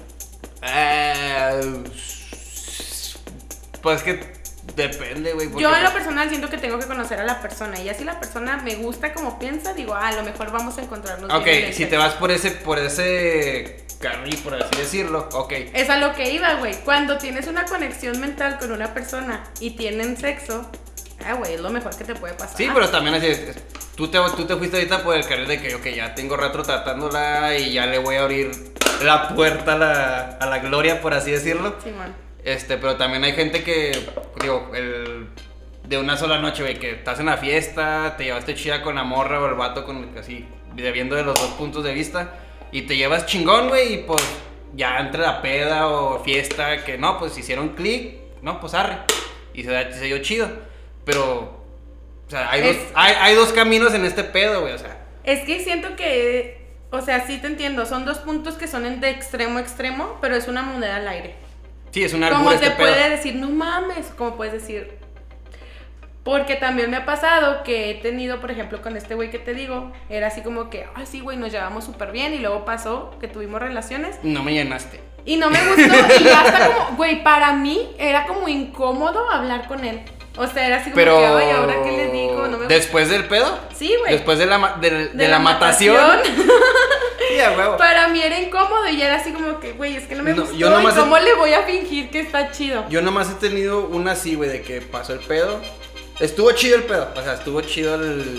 Pues que depende, güey. Yo en lo personal siento que tengo que conocer a la persona. Y así la persona me gusta como piensa, digo, a lo mejor vamos a encontrarnos. Ok, si te vas por ese carril, por así decirlo, ok. Es a lo que iba, güey. Cuando tienes una conexión mental con una persona y tienen sexo, güey, es lo mejor que te puede pasar. Sí, pero también así, tú te fuiste ahorita por el carril de que, ok, ya tengo rato tratándola y ya le voy a abrir la puerta a la gloria, por así decirlo. Sí, man. Pero también hay gente que, digo, de una sola noche, güey, que estás en la fiesta, te llevaste chida con la morra o el vato así, viendo de los dos puntos de vista. Y te llevas chingón, güey, y pues ya entre la peda o fiesta, que no, pues hicieron clic, no, pues arre. Y se dio chido. Pero, o sea, hay dos caminos en este pedo, güey, o sea. Es que siento que, o sea, sí te entiendo, son dos puntos que son de extremo a extremo, pero es una moneda al aire. Sí, es una albur este pedo. Como te puede decir, no mames, como puedes decir... Porque también me ha pasado que he tenido, por ejemplo, con este güey que te digo, era así como que, sí, güey, nos llevamos súper bien y luego pasó que tuvimos relaciones. No me llenaste. Y no me gustó y hasta como, güey, para mí era como incómodo hablar con él. O sea, era así como que, ay, ¿ahora qué le digo? No me ¿Después del pedo? Sí, güey. ¿Después de la matación? Yeah, huevo. Para mí era incómodo y era así como que, güey, es que no me gustó. ¿Y cómo le voy a fingir que está chido? Yo nomás he tenido una así, güey, de que pasó el pedo. Estuvo chido el pedo, o sea, estuvo chido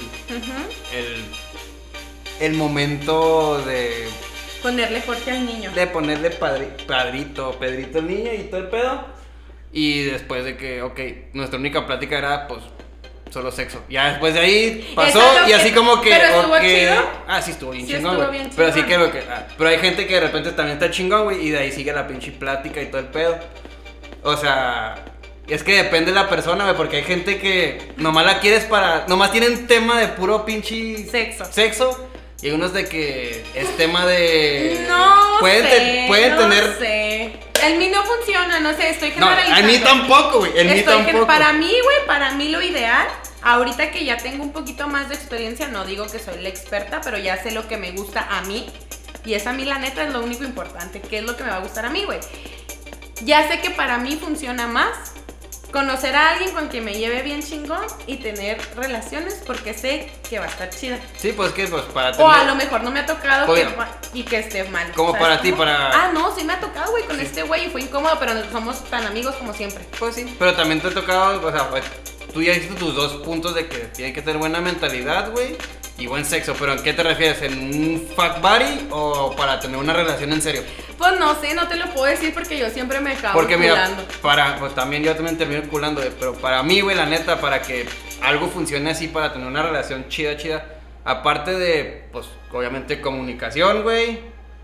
el momento de... Ponerle Jorge al niño. De ponerle Pedrito al niño y todo el pedo. Y después de que, ok, nuestra única plática era, pues, solo sexo. Ya después de ahí pasó y así como que... ¿Pero estuvo chido? Sí, estuvo bien chingón, güey. Pero así que pero hay gente que de repente también está chingón, güey, y de ahí sigue la pinche plática y todo el pedo. O sea... Es que depende de la persona, güey, porque hay gente que nomás la quieres nomás tienen tema de puro pinche... Sexo. Y hay unos de que es tema de... No pueden tener... No sé. El mío no funciona, no sé, estoy generalizando. No, a mí tampoco, güey, Para mí, güey, para mí lo ideal, ahorita que ya tengo un poquito más de experiencia, no digo que soy la experta, pero ya sé lo que me gusta a mí. Y esa a mí, la neta, es lo único importante. ¿Qué es lo que me va a gustar a mí, güey? Ya sé que para mí funciona más conocer a alguien con quien me lleve bien chingón y tener relaciones porque sé que va a estar chida. Sí, pues que pues para tener... O a lo mejor no me ha tocado y que esté mal. Como para ti, para... Ah, no, sí me ha tocado, güey, con este güey y fue incómodo, pero no somos tan amigos como siempre. Pues sí, pero también te ha tocado, o sea, tú ya hiciste tus 2 puntos de que tiene que tener buena mentalidad, güey, y buen sexo, pero ¿en qué te refieres? ¿En un fuck buddy o para tener una relación en serio? Pues no sé, no te lo puedo decir porque yo siempre me acabo porque culando. Mira, pues también yo también termino culando, güey, pero para mí, güey, la neta, para que algo funcione así, para tener una relación chida, aparte de, pues, obviamente comunicación, güey,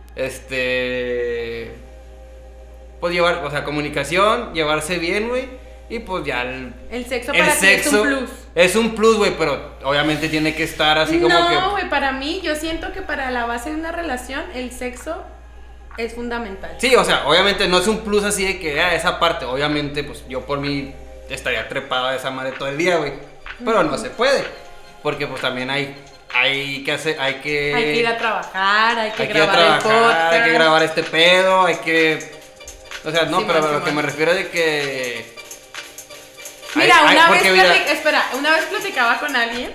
pues llevar, o sea, comunicación, llevarse bien, güey. Y pues ya el sexo para ti es un plus. Es un plus, güey, pero obviamente tiene que estar así como que... No, güey, para mí, yo siento que para la base de una relación, el sexo es fundamental. Sí, o sea, obviamente no es un plus así de que, esa parte, obviamente, pues yo por mí estaría trepado a esa madre todo el día, güey. Pero no se puede, porque pues también hay que hacer, hay que ir a trabajar, hay que grabar el podcast. Hay que grabar este pedo, hay que... O sea, no, sí, pero a lo que me refiero de que... Mira, una vez platicaba con alguien,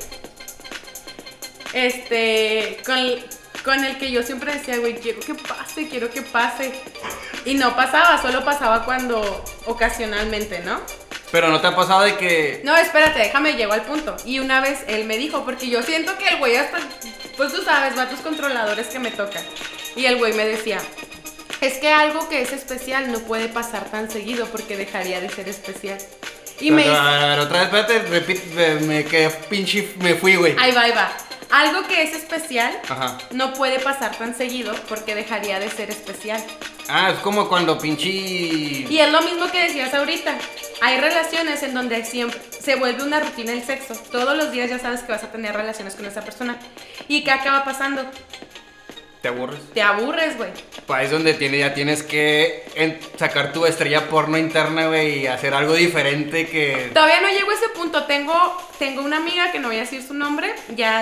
con el que yo siempre decía, güey, quiero que pase, y no pasaba, solo pasaba cuando, ocasionalmente, ¿no? Pero no te ha pasado de que... No, espérate, déjame, llego al punto, y una vez él me dijo, porque yo siento que el güey hasta, pues tú sabes, vatos controladores que me tocan, y el güey me decía... Es que algo que es especial no puede pasar tan seguido porque dejaría de ser especial. Y pero, a ver, otra vez, espérate, repite, me fui, güey. Ahí va. Algo que es especial no puede pasar tan seguido porque dejaría de ser especial. Ah, es como cuando pinche... Y es lo mismo que decías ahorita. Hay relaciones en donde siempre se vuelve una rutina el sexo. Todos los días ya sabes que vas a tener relaciones con esa persona. ¿Y qué acaba pasando? ¿Te aburres? Te aburres, güey. Pues es donde ya tienes que sacar tu estrella porno interna, güey, y hacer algo diferente que... Todavía no llego a ese punto. Tengo una amiga que no voy a decir su nombre. Ya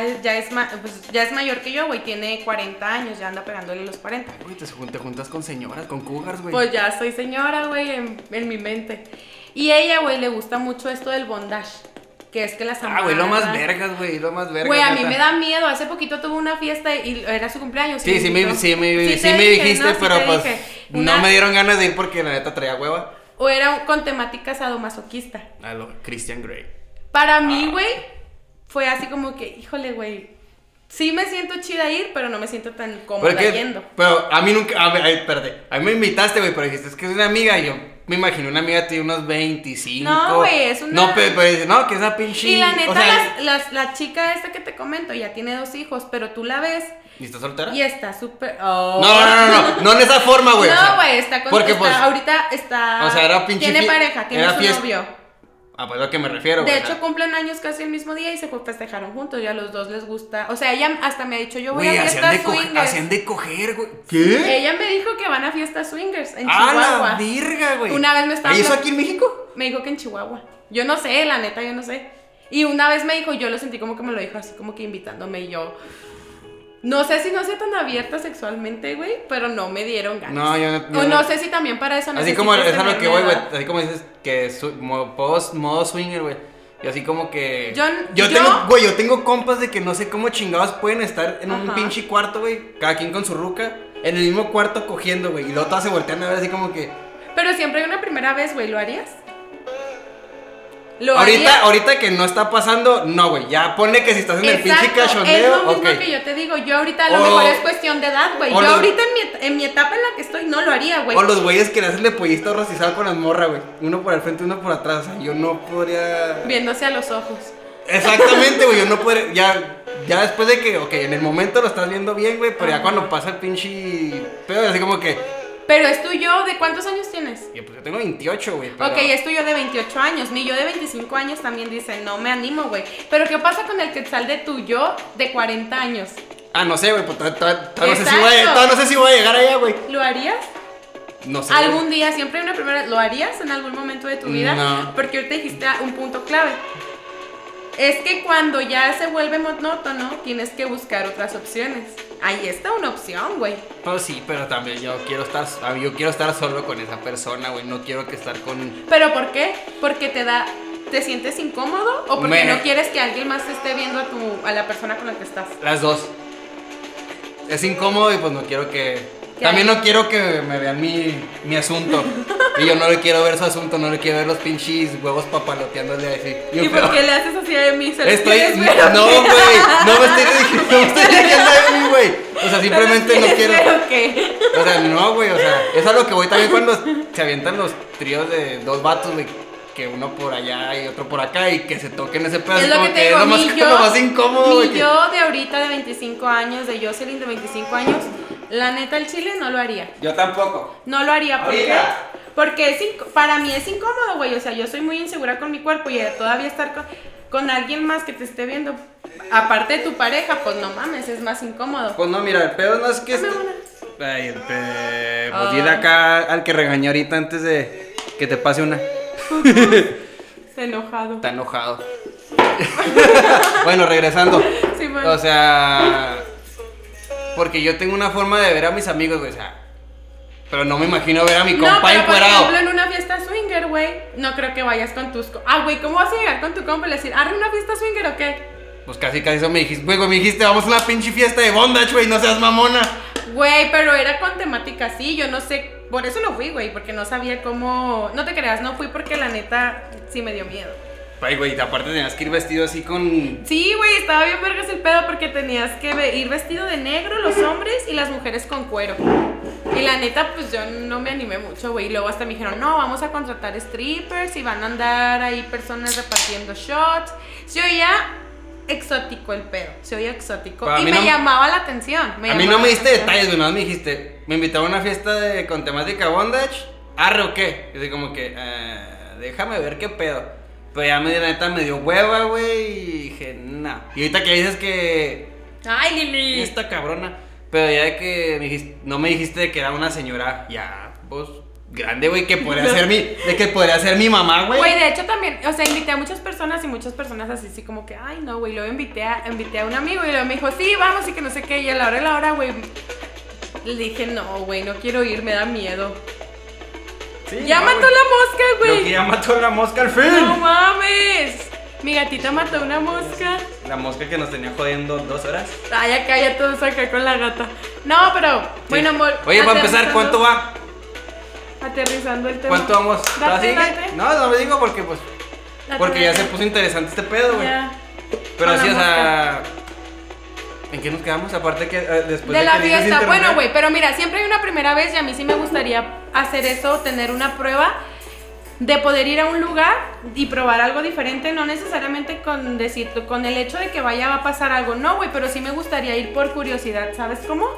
es mayor que yo, güey. Tiene 40 años, ya anda pegándole los 40. Güey, te juntas con señoras, con cougars, güey. Pues ya soy señora, güey, en mi mente. Y ella, güey, le gusta mucho esto del bondage. Que es que las amarran. Güey, lo más vergas, güey, Güey, a mí me da miedo. Hace poquito tuve una fiesta y era su cumpleaños. Sí me dijiste, pero pues no me dieron ganas de ir porque la neta traía hueva. O era con temática sadomasoquista. Christian Grey. Para mí, güey, fue así como que, híjole, güey, sí me siento chida ir, pero no me siento tan cómoda yendo. Pero a mí nunca, espérate, a mí me invitaste, güey, pero dijiste, es que es una amiga, y yo me imagino una amiga tiene unos 25. No, güey, es una... No, pero dice, no, que es una pinche... Y la neta, la chica esta que te comento ya tiene 2 hijos, pero tú la ves... ¿Y está soltera? Y está súper... No en esa forma, güey. No, güey, está con... Porque, pues, ahorita está... O sea, era pinche... Tiene pareja, tiene su novio. Ah, pues a lo que me refiero, güey. De hecho, cumplen años casi el mismo día y se festejaron juntos. Y a los dos les gusta. O sea, ella hasta me ha dicho, yo voy a fiestas swingers. Hacían de coger, güey. ¿Qué? Ella me dijo que van a fiestas swingers en Chihuahua. ¡Ah, la virga, güey! Una vez me estaba... ¿Y eso aquí en México? Me dijo que en Chihuahua. Yo no sé, la neta, yo no sé. Y una vez me dijo, yo lo sentí como que me lo dijo así como que invitándome y yo... No sé si no sea tan abierta sexualmente, güey, pero no me dieron ganas. No, yo no. O no sé si también para eso así como es a lo que voy, güey. Así como dices que modo swinger, güey. Y así como que... Yo tengo compas de que no sé cómo chingados pueden estar en un pinche cuarto, güey. Cada quien con su ruca. En el mismo cuarto cogiendo, güey. Y luego todas se voltean a ver así como que... Pero siempre hay una primera vez, güey. ¿Lo harías? Ahorita que no está pasando, no, güey. Ya ponle que si estás en el pinche cachondeo. Es lo mismo que yo te digo. Yo ahorita a lo mejor es cuestión de edad, güey. Yo ahorita en mi etapa en la que estoy no lo haría, güey. O los güeyes que le hacen de pollito rostizado con las morras, güey. Uno por el frente, uno por atrás. O sea, yo no podría... Viéndose a los ojos. Exactamente, güey. Yo no podría... Ya después de que, ok, en el momento lo estás viendo bien, güey. Pero ya cuando pasa el pinche pedo, así como que... Pero es tu yo, ¿de cuántos años tienes? Pues yo tengo 28, güey. Pero... Ok, es tu yo de 28 años. Mi yo de 25 años también dice, no me animo, güey. Pero ¿qué pasa con el Quetzal de tu yo de 40 años? No sé, güey, pues todavía no sé si voy a llegar allá, güey. ¿Lo harías? No sé. ¿Algún día, siempre una primera, lo harías en algún momento de tu vida? No. Porque ahorita dijiste un punto clave. Es que cuando ya se vuelve monótono, tienes que buscar otras opciones. Ahí está una opción, güey. Pues sí, pero también yo quiero estar solo con esa persona, güey. No quiero que estar con... ¿Pero por qué? ¿Porque te sientes incómodo? ¿O porque no quieres que alguien más esté viendo a la persona con la que estás? Las dos. Es incómodo y pues no quiero que... También no quiero que me vean mi asunto. Y yo no le quiero ver su asunto, no le quiero ver los pinches huevos papaloteándole así. ¿Y por qué le haces así a mí? No, güey, no me estoy diciendo a mí, güey. O sea, simplemente no quiero. ¿Qué? O sea, no, güey, o sea, es a lo que voy también cuando se avientan los tríos de dos vatos, güey. Que uno por allá y otro por acá y que se toquen ese pedazo. Es lo que te digo, lo más incómodo, mi yo de ahorita de 25 años, de Jocelyn de 25 años, la neta el chile no lo haría. Yo tampoco. No lo haría porque para mí es incómodo, güey. O sea, yo soy muy insegura con mi cuerpo y todavía estar con alguien más que te esté viendo, aparte de tu pareja, pues no mames, es más incómodo. Pues no, mira, el pedo no es que... Ay, pues dile acá al que regañó ahorita antes de que te pase una. Está enojado. Está enojado. Bueno, regresando. Sí, bueno. O sea, porque yo tengo una forma de ver a mis amigos, güey, o sea, pero no me imagino ver a mi compa encuerado. Por ejemplo, en una fiesta swinger, güey, no creo que vayas con tus... güey, ¿cómo vas a llegar con tu compa y decir, arre una fiesta swinger o qué? Pues casi eso me dijiste, güey, me dijiste, vamos a una pinche fiesta de bondage, güey, no seas mamona. Güey, pero era con temática así, yo no sé, por eso no fui, güey, porque no sabía cómo... No te creas, no fui porque la neta sí me dio miedo. Ay, güey, aparte tenías que ir vestido así con... Sí, güey, estaba bien vergas el pedo porque tenías que ir vestido de negro los hombres y las mujeres con cuero. Y la neta, pues yo no me animé mucho, güey. Y luego hasta me dijeron, no, vamos a contratar strippers y van a andar ahí personas repartiendo shots. Se oía exótico el pedo, se oía exótico. Y me llamaba la atención. A mí no me diste detalles, güey, nada más me dijiste, me invitaron a una fiesta con temática bondage, arre o qué. Y así como que, déjame ver qué pedo. Pero ya la neta me dio hueva, güey, y dije, no. Y ahorita que dices que... Ay, Lili. Esta cabrona. Pero ya de que no me dijiste que era una señora ya, pues, grande, güey, que podría ser mi mamá, güey. Güey, de hecho también, o sea, invité a muchas personas y muchas personas así como que, ay, no, güey. Luego invité a un amigo y luego me dijo, sí, vamos, y que no sé qué. Y a la hora, güey, le dije, no, güey, no quiero ir, me da miedo. Sí, ya mató la mosca, güey. Creo que ya mató la mosca al fin. No mames. Mi gatita mató una mosca. La mosca que nos tenía jodiendo 2 horas. Ay, acá ya todos acá con la gata. No, pero, sí. Bueno, amor. Oye, para empezar, ¿cuánto va? Aterrizando el tema. ¿Cuánto vamos? Date. No me digo porque, pues. Porque ya se puso interesante este pedo, güey. Pero así, o sea. ¿En qué nos quedamos? Aparte que después de la fiesta. Bueno, güey, pero mira, siempre hay una primera vez y a mí sí me gustaría hacer eso, tener una prueba de poder ir a un lugar y probar algo diferente, no necesariamente con el hecho de que vaya a pasar algo, no, güey, pero sí me gustaría ir por curiosidad, ¿sabes cómo?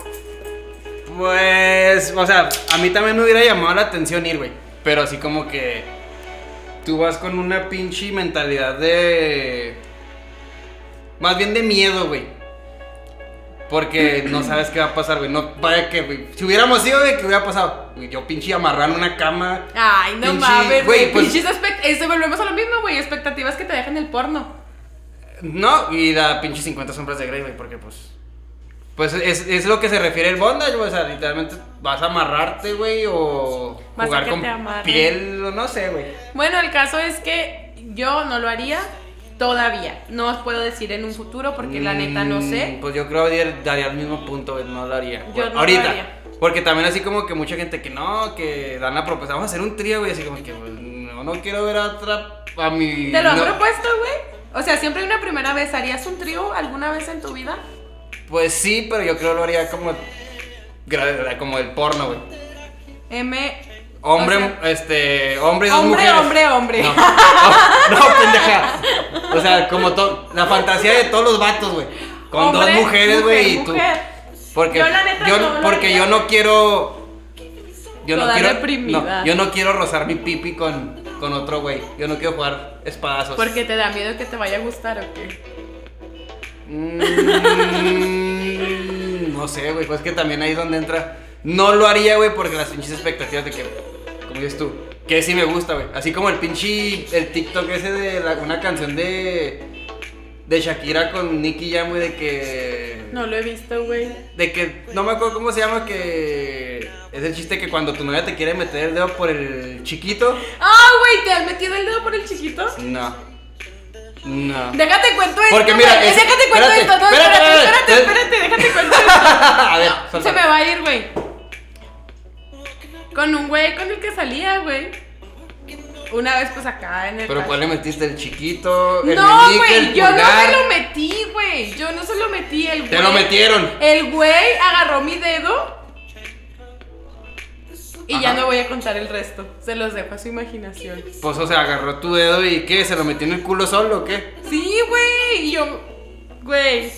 Pues, o sea, a mí también me hubiera llamado la atención ir, güey, pero así como que tú vas con una pinche mentalidad de... más bien de miedo, güey. Porque no sabes qué va a pasar, güey. No, vaya que, güey. Si hubiéramos ido, güey, ¿qué hubiera pasado? Yo pinche amarrado en una cama. Ay, no mames, güey. Pues, volvemos a lo mismo, güey. Expectativas que te dejan el porno. No, y la pinche 50 sombras de Grey, güey. Porque, pues es lo que se refiere el bondage, güey. O sea, literalmente vas a amarrarte, güey. O jugar con piel, o no sé, güey. Bueno, el caso es que yo no lo haría. Todavía, no os puedo decir en un futuro porque la neta no sé. Pues yo creo que daría el mismo punto, güey, no lo haría. Yo no ahorita, lo haría. Porque también así como que mucha gente que no, que dan la propuesta, vamos a hacer un trío, güey, así como que pues, no quiero ver a mi... ¿Te lo han propuesto, güey? O sea, siempre hay una primera vez. ¿Harías un trío alguna vez en tu vida? Pues sí, pero yo creo que lo haría como el porno, güey. Hombre, o sea, hombre y dos mujeres. Hombre. No, pendeja. O sea, como la fantasía de todos los vatos, güey. Con hombre, 2 mujeres, güey, y tú. Porque yo no quiero. Yo Toda no quiero, reprimida. no, yo no quiero rozar mi pipi con otro güey. Yo no quiero jugar espadazos. Porque te da miedo que te vaya a gustar o qué. No sé, güey, pues que también ahí es donde entra. No lo haría, güey, porque las pinches expectativas de que, como dices tú, que sí me gusta, güey. Así como el TikTok ese de una canción de Shakira con Nicky Jam, güey, de que... No lo he visto, güey. De que, no me acuerdo cómo se llama, que... Es el chiste que cuando tu novia te quiere meter el dedo por el chiquito. ¡Ah, güey! ¿Te has metido el dedo por el chiquito? No. Déjate cuento esto. Porque mira, déjate cuento espérate, esto. No, espérate, déjate cuento esto. A ver, Se me va a ir, güey. Con un güey con el que salía, güey. Una vez pues acá en el... ¿Pero cuál le metiste? ¿El chiquito? ¿El No, meñique, güey, el yo no pulgar? se lo metí, güey. Yo no se lo metí, el güey. Te lo metieron. El güey agarró mi dedo. Y Ajá. ya no voy a contar el resto. Se los dejo a su imaginación. Pues, o sea, agarró tu dedo y ¿qué? ¿Se lo metió en el culo solo o qué? Sí, güey. Y yo, güey.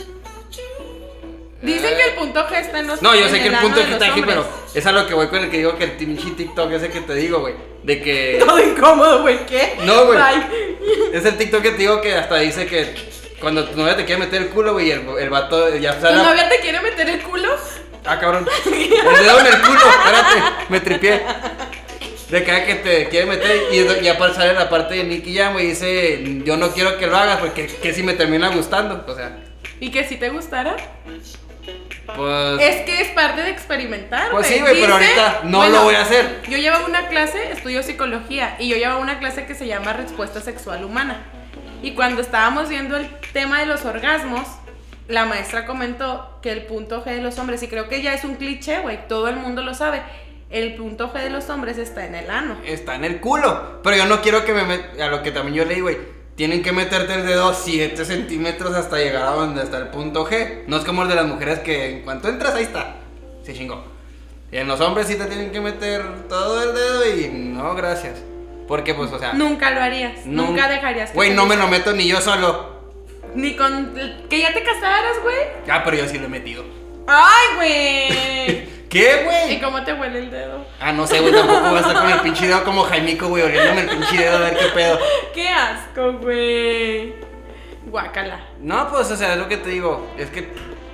Dicen que el punto G está en los... No, yo sé en que el ano punto de G los está aquí, hombres. pero es a lo que voy con el que digo que el pinche TikTok ese que te digo, güey. De que... Todo incómodo, güey. ¿Qué? No, güey. Bye. Es el TikTok que te digo que hasta dice que cuando tu novia te quiere meter el culo, güey, y el vato ya ¿Tu sale... novia te quiere meter el culo? Ah, cabrón. El dedo en el culo, espérate, me tripié. De cada que te quiere meter y ya para salir la parte de Nicky Jam, güey, dice, yo no quiero que lo hagas porque que si me termina gustando, o sea, ¿Y que si te gustara? pues... Es que es parte de experimentar, Pues sí, güey, pero Dice- ahorita no bueno, lo voy a hacer. Yo llevaba una clase, estudio psicología, y yo llevaba una clase que se llama respuesta sexual humana. Y cuando estábamos viendo el tema de los orgasmos, la maestra comentó que el punto G de los hombres, y creo que ya es un cliché, güey, todo el mundo lo sabe, el punto G de los hombres está en el ano. Está en el culo, pero yo no quiero que a lo que también yo leí, güey, tienen que meterte el dedo 7 centímetros hasta llegar a donde está el punto G. No es como el de las mujeres que en cuanto entras, ahí está, se chingó. Y en los hombres sí te tienen que meter todo el dedo y no, gracias. Porque pues, o sea... Nunca lo harías, nunca dejarías que... Güey, te no me guste. lo meto ni yo solo. Ni con... Que ya te casaras, güey. Ah, pero yo sí lo he metido. ¡Ay, güey! ¿Qué, ¿Y güey? cómo te huele el dedo? Ah, no sé, güey, tampoco voy a estar con el pinche dedo como Jaimico, güey, oliéndome el pinche dedo a ver qué pedo. ¡Qué asco, güey! Guácala. No, pues, o sea, es lo que te digo, es que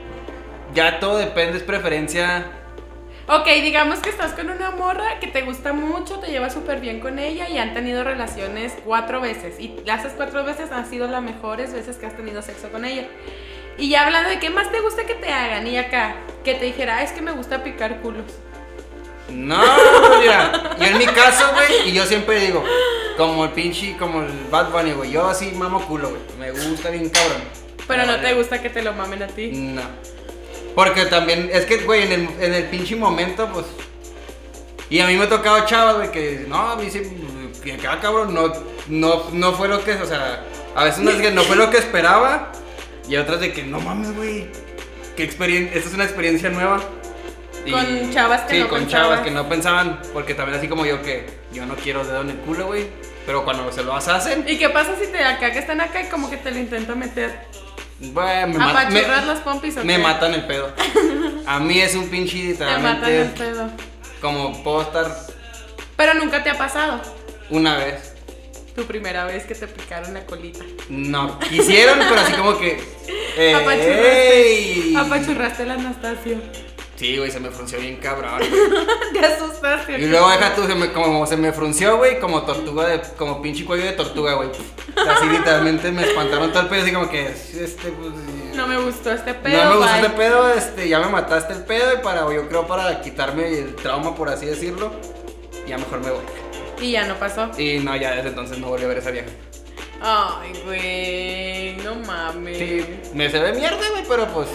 ya todo depende, es preferencia. Ok, digamos que estás con una morra que te gusta mucho, te llevas súper bien con ella y han tenido relaciones 4 veces. Y esas 4 veces han sido las mejores veces que has tenido sexo con ella. Y ya hablando de qué más te gusta que te hagan, y acá, que te dijera, "Ah, es que me gusta picar culos". No, mira, yo en mi caso, güey, y yo siempre digo, como el pinche, como el Bad Bunny, güey, yo así mamo culo, güey, me gusta bien cabrón. Pero no te gusta que te lo mamen a ti. No. Porque también, es que, güey, en el pinche momento, pues. Y a mí me ha tocado chavas, güey, que no, a mí sí, que acá, cabrón, no fue lo que, o sea, a veces unas que no fue lo que esperaba, y otras de que no mames, güey, qué experiencia, esta es una experiencia nueva. Con chavas que sí, no con pensabas. chavas que no pensaban, porque también así como yo, que yo no quiero dedo en el culo, güey, pero cuando se lo hacen, ¿Y qué pasa si te acá que están acá y como que te lo intento meter? bueno, ¿Apachurras las pompis o me qué? matan el pedo. A mí es un pinche Te matan el literalmente pedo. como puedo estar Pero nunca te ha pasado una vez. tu primera vez que te picaron la colita. No, quisieron, pero así como que. Apachurraste. Apachurraste la Anastasio. Sí, güey, se me frunció bien cabrón. Te asustaste. Y luego deja tú, como se me frunció, güey, como tortuga como pinche cuello de tortuga, güey. Así literalmente me espantaron todo el pedo, así como que, pues. No me gustó este pedo. No me gustó bye. este pedo, ya me mataste el pedo y yo creo para quitarme el trauma, por así decirlo, ya mejor me voy. Y ya no pasó. Y no, ya desde entonces no volví a ver a esa vieja. Ay, güey, no mames. Sí, me se ve mierda, güey, pero pues.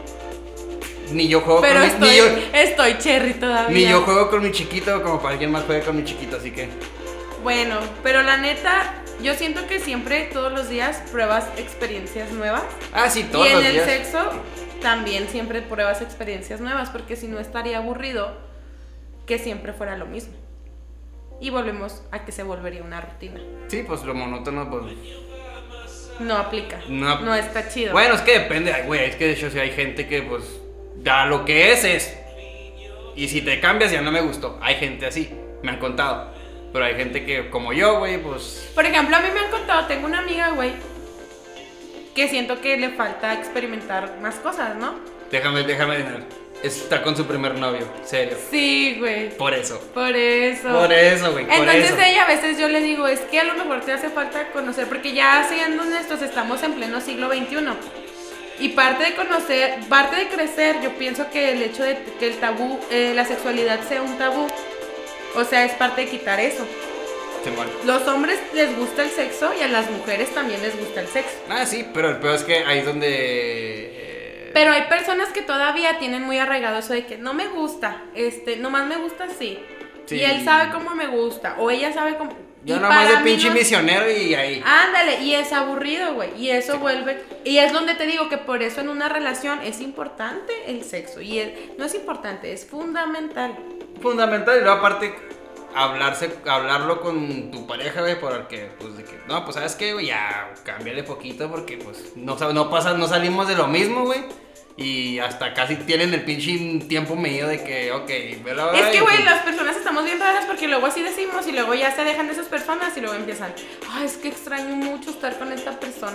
Ni yo juego Pero con mi, estoy cherry todavía. ni yo juego con mi chiquito como para alguien más juegue con mi chiquito, así que. Bueno, pero la neta, yo siento que siempre, todos los días, pruebas experiencias nuevas. Ah, sí, todos Y en los el días. sexo también siempre pruebas experiencias nuevas, porque si no estaría aburrido que siempre fuera lo mismo. Y volvemos a que se volvería una rutina. Sí, pues lo monótono, pues. No aplica. No. No está chido. Bueno, es que depende, ay, güey, es que de hecho si hay gente que, pues, ya lo que es. Y si te cambias ya no me gustó. Hay gente así, me han contado. Pero hay gente que, como yo, güey, pues... Por ejemplo, a mí me han contado, tengo una amiga, güey, que siento que le falta experimentar más cosas, ¿no? Déjame adivinar. Está con su primer novio, serio. Sí, güey. Por eso. Por eso. Por eso, güey. Entonces ella a veces yo le digo, es que a lo mejor te hace falta conocer, porque ya siendo honestos, estamos en pleno siglo XXI. Y parte de conocer, parte de crecer, yo pienso que el hecho de que el tabú, la sexualidad sea un tabú, o sea, es parte de quitar eso. Los hombres les gusta el sexo y a las mujeres también les gusta el sexo. Ah, sí, pero el peor es que ahí es donde... Pero hay personas que todavía tienen muy arraigado eso de que no me gusta, nomás me gusta así. Sí. Y él sabe cómo me gusta, o ella sabe cómo... Yo nomás de pinche misionero y ahí. Ándale, y es aburrido, güey. Y eso vuelve... Y es donde te digo que por eso en una relación es importante el sexo. Y no es importante, es fundamental. Fundamental, y luego aparte... hablarlo con tu pareja, güey, porque, pues, de que, no, pues, ¿sabes qué, güey? Ya, cámbiale poquito porque, pues, no salimos de lo mismo, güey. Y hasta casi tienen el pinche tiempo medido de que, ok, velo. Es que, güey, las personas estamos bien raras porque luego así decimos y luego ya se dejan de esas personas y luego empiezan, ay, es que extraño mucho estar con esta persona.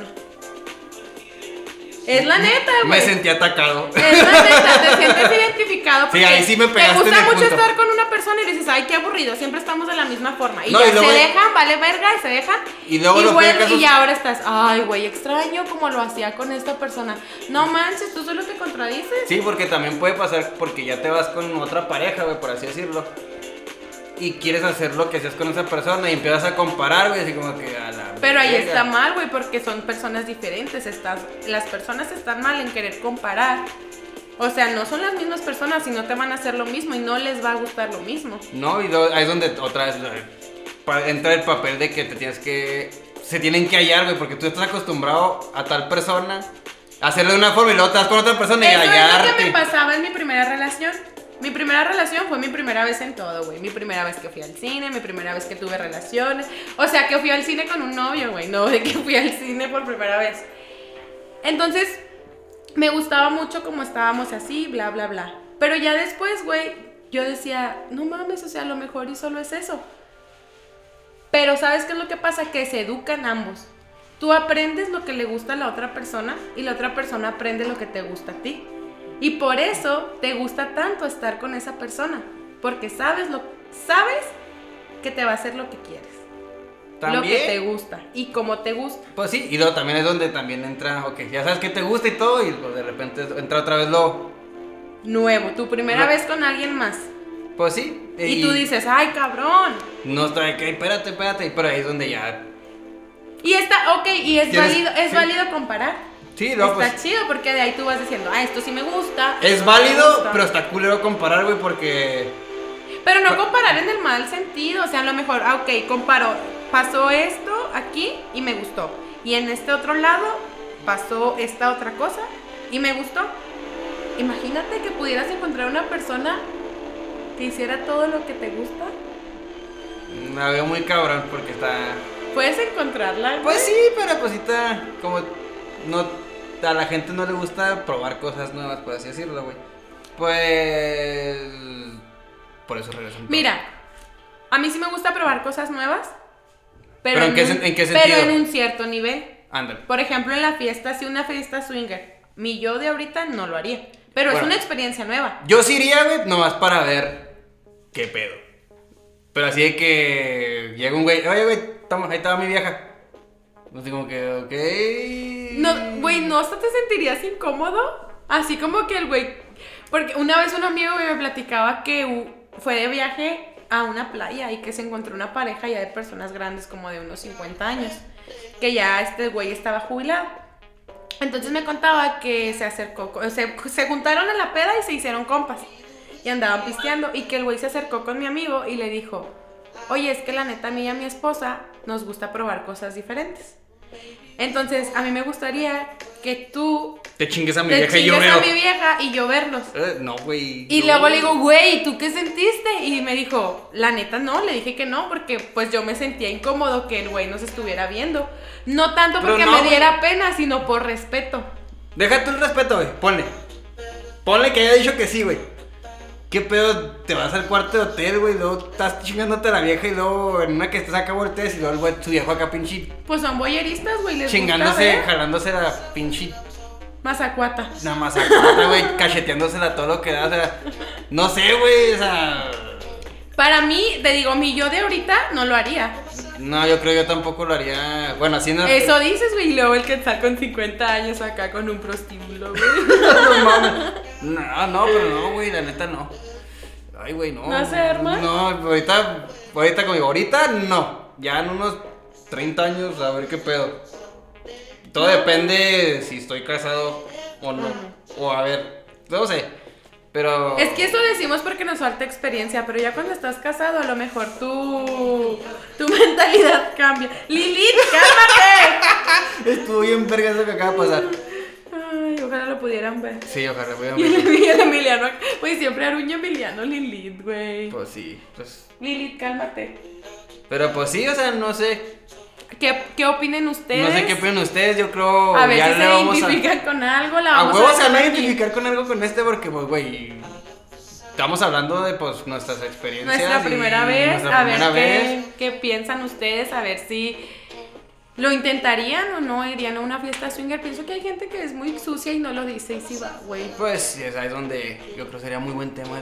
Es la neta, güey. Me sentí atacado. Es la neta, te sientes identificado porque sí, ahí sí me pegaste. te gusta en el mucho punto. estar con una persona y dices, ay, qué aburrido, siempre estamos de la misma forma. Y no, ya y luego se dejan, vale verga, y se dejan. Y luego y ahora estás, ay, güey, extraño como lo hacía con esta persona. No manches, tú solo te contradices. Sí, porque también puede pasar porque ya te vas con otra pareja, güey, por así decirlo. Y quieres hacer lo que hacías con esa persona y empiezas a comparar, güey, así como que a la... Pero ahí está mal, güey, porque son personas diferentes. Las personas están mal en querer comparar. O sea, no son las mismas personas y no te van a hacer lo mismo y no les va a gustar lo mismo. No, y ahí es donde otra vez entra el papel de que se tienen que hallar, güey, porque tú estás acostumbrado a tal persona, a hacerlo de una forma y luego te vas con otra persona y hallarte. Es lo que me pasaba en mi primera relación. Mi primera relación fue mi primera vez en todo, güey. Mi primera vez que fui al cine, mi primera vez que tuve relaciones. O sea, que fui al cine con un novio, güey. No de que fui al cine por primera vez. Entonces, me gustaba mucho como estábamos así, bla, bla, bla. Pero ya después, güey, yo decía, no mames, o sea, a lo mejor y solo es eso. Pero ¿sabes qué es lo que pasa? Que se educan ambos. Tú aprendes lo que le gusta a la otra persona y la otra persona aprende lo que te gusta a ti. Y por eso te gusta tanto estar con esa persona, porque sabes que te va a hacer lo que quieres. ¿También? Lo que te gusta y cómo te gusta. Pues sí, y luego también es donde también entra, ok, ya sabes que te gusta y todo, y pues de repente entra otra vez lo... nuevo, tu primera vez con alguien más. Pues sí. Y tú dices, ay, cabrón. No está de que, espérate, pero ahí es donde ya... Y está, ok, y es válido comparar. Sí, no, está chido porque de ahí tú vas diciendo, esto sí me gusta. Es válido, pero está culero comparar, güey, porque... Pero no comparar en el mal sentido, o sea, a lo mejor, ok, comparo, pasó esto aquí y me gustó. Y en este otro lado pasó esta otra cosa y me gustó. Imagínate que pudieras encontrar una persona que hiciera todo lo que te gusta. La veo muy cabrón porque está... ¿Puedes encontrarla, güey? Pues sí, pero pues está como... no... A la gente no le gusta probar cosas nuevas, por así decirlo, güey. Pues... por eso regresan. Mira, a mí sí me gusta probar cosas nuevas. ¿Pero en qué sentido? Pero en un cierto nivel. Ándale. Por ejemplo, en la fiesta, si una fiesta swinger, mi yo de ahorita no lo haría. Pero bueno, es una experiencia nueva. Yo sí iría, güey, nomás para ver qué pedo. Pero así de que llega un güey, oye, güey, toma, ahí estaba mi vieja. No sé, como que, ok. No, güey, ¿no hasta te sentirías incómodo? Así como que el güey... Porque una vez un amigo me platicaba que fue de viaje a una playa y que se encontró una pareja ya de personas grandes, como de unos 50 años. Que ya este güey estaba jubilado. Entonces me contaba que se acercó, se juntaron a la peda y se hicieron compas. Y andaban pisteando. Y que el güey se acercó con mi amigo y le dijo, oye, es que la neta a mí y a mi esposa nos gusta probar cosas diferentes. Entonces, a mí me gustaría que tú te chingues a mi vieja y yo veo. a mi vieja y yo verlos. No, güey. Y luego le digo, güey, ¿tú qué sentiste? Y me dijo, la neta no, le dije que no, porque pues yo me sentía incómodo que el güey nos estuviera viendo. No tanto porque me diera pena, sino por respeto. Déjate el respeto, güey, ponle que haya dicho que sí, güey. ¿qué pedo? Te vas al cuarto de hotel, güey, luego estás chingándote a la vieja y luego en una que estás acá volteas y luego el güey, su viejo acá pinche Pues son boyeristas, güey, les gusta chingándose, ver. jalándose la pinche Mazacuata. nada más acá, güey, cacheteándosela todo lo que da, o sea, no sé, güey, o sea, Para mí, te digo, mi yo de ahorita no lo haría. no, yo creo yo tampoco lo haría, bueno, así no. Eso dices, güey, y luego el que está con 50 años acá con un prostíbulo, güey. No mames. No, pero no, güey, la neta no. Ay, güey, no. ¿No se arma? No, ahorita como digo, ahorita no. Ya en unos 30 años, a ver qué pedo. Todo depende si estoy casado o no. O a ver, no sé. Pero. Es que eso decimos porque nos falta experiencia, pero ya cuando estás casado a lo mejor tu mentalidad cambia. Lilith, cálmate. Estuvo bien verga eso que acaba de pasar. Ay, ojalá lo pudieran ver. Sí, ojalá Y voy el Emiliano, güey, siempre Aruño Emiliano, Lilith, güey. Pues sí, pues. Lilith, cálmate. Pero pues sí, o sea, no sé. ¿Qué opinen ustedes? No sé qué opinan ustedes, yo creo. A ver ya si le se vamos identifican con algo, la A vamos huevos a se van a dejar aquí. identificar con algo con este porque, pues, güey, estamos hablando de, pues, nuestras experiencias. Nuestra primera vez, nuestra a ver primera vez. qué piensan ustedes, a ver si lo intentarían o no, irían a una fiesta swinger. Pienso que hay gente que es muy sucia y no lo dice y sí va, güey. Pues, es ahí donde yo creo sería muy buen tema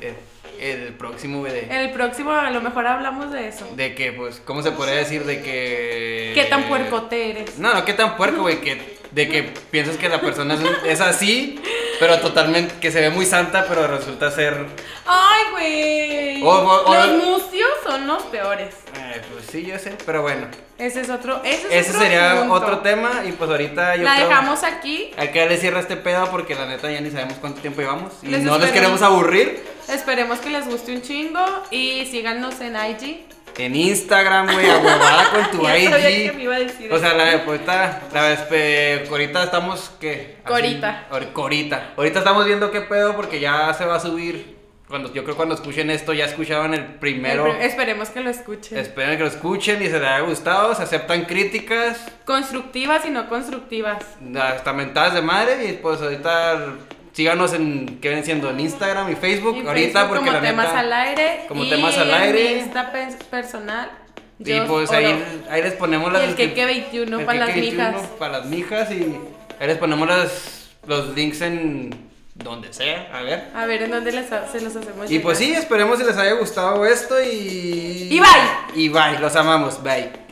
el próximo, güey, El próximo a lo mejor hablamos de eso. de que, pues, ¿cómo se podría decir? De que... ¿Qué tan puercote eres? No, qué tan puerco, güey, de que piensas que la persona es así, pero totalmente, que se ve muy santa, pero resulta ser... Ay, güey. O- Los mucios son los peores. Pues sí, yo sé, pero bueno. Ese es otro Sería punto. otro tema y pues ahorita yo La creo... dejamos aquí. Hay que darle cierre a este pedo porque la neta ya ni sabemos cuánto tiempo llevamos y Les no les esperemos. queremos aburrir. Esperemos que les guste un chingo y síganos en IG. En Instagram, güey, ahuevada con tu Ya sabía que me IG. iba a decir O sea, eso. ahorita estamos, ¿qué? Corita. Corita. Ahorita estamos viendo qué pedo porque ya se va a subir. Yo creo cuando escuchen esto ya escuchaban el primero. Esperemos que lo escuchen. Esperen que lo escuchen y se les haya gustado. Se aceptan críticas, Constructivas y no constructivas. hasta mentadas de madre. Y pues ahorita síganos en, ¿qué vienen siendo? En Instagram y Facebook. Y ahorita Facebook porque como la temas neta, al aire. como y temas al en aire. mi Insta personal. Y Jos pues Oro. ahí les ponemos Y las el Keke 21 el para las Keke 21 mijas. para las mijas y ahí les ponemos los links en donde sea, a ver. A ver en dónde se los hacemos Y pues sí, llegar. esperemos si les haya gustado esto y... Y bye. Y bye, los amamos, bye.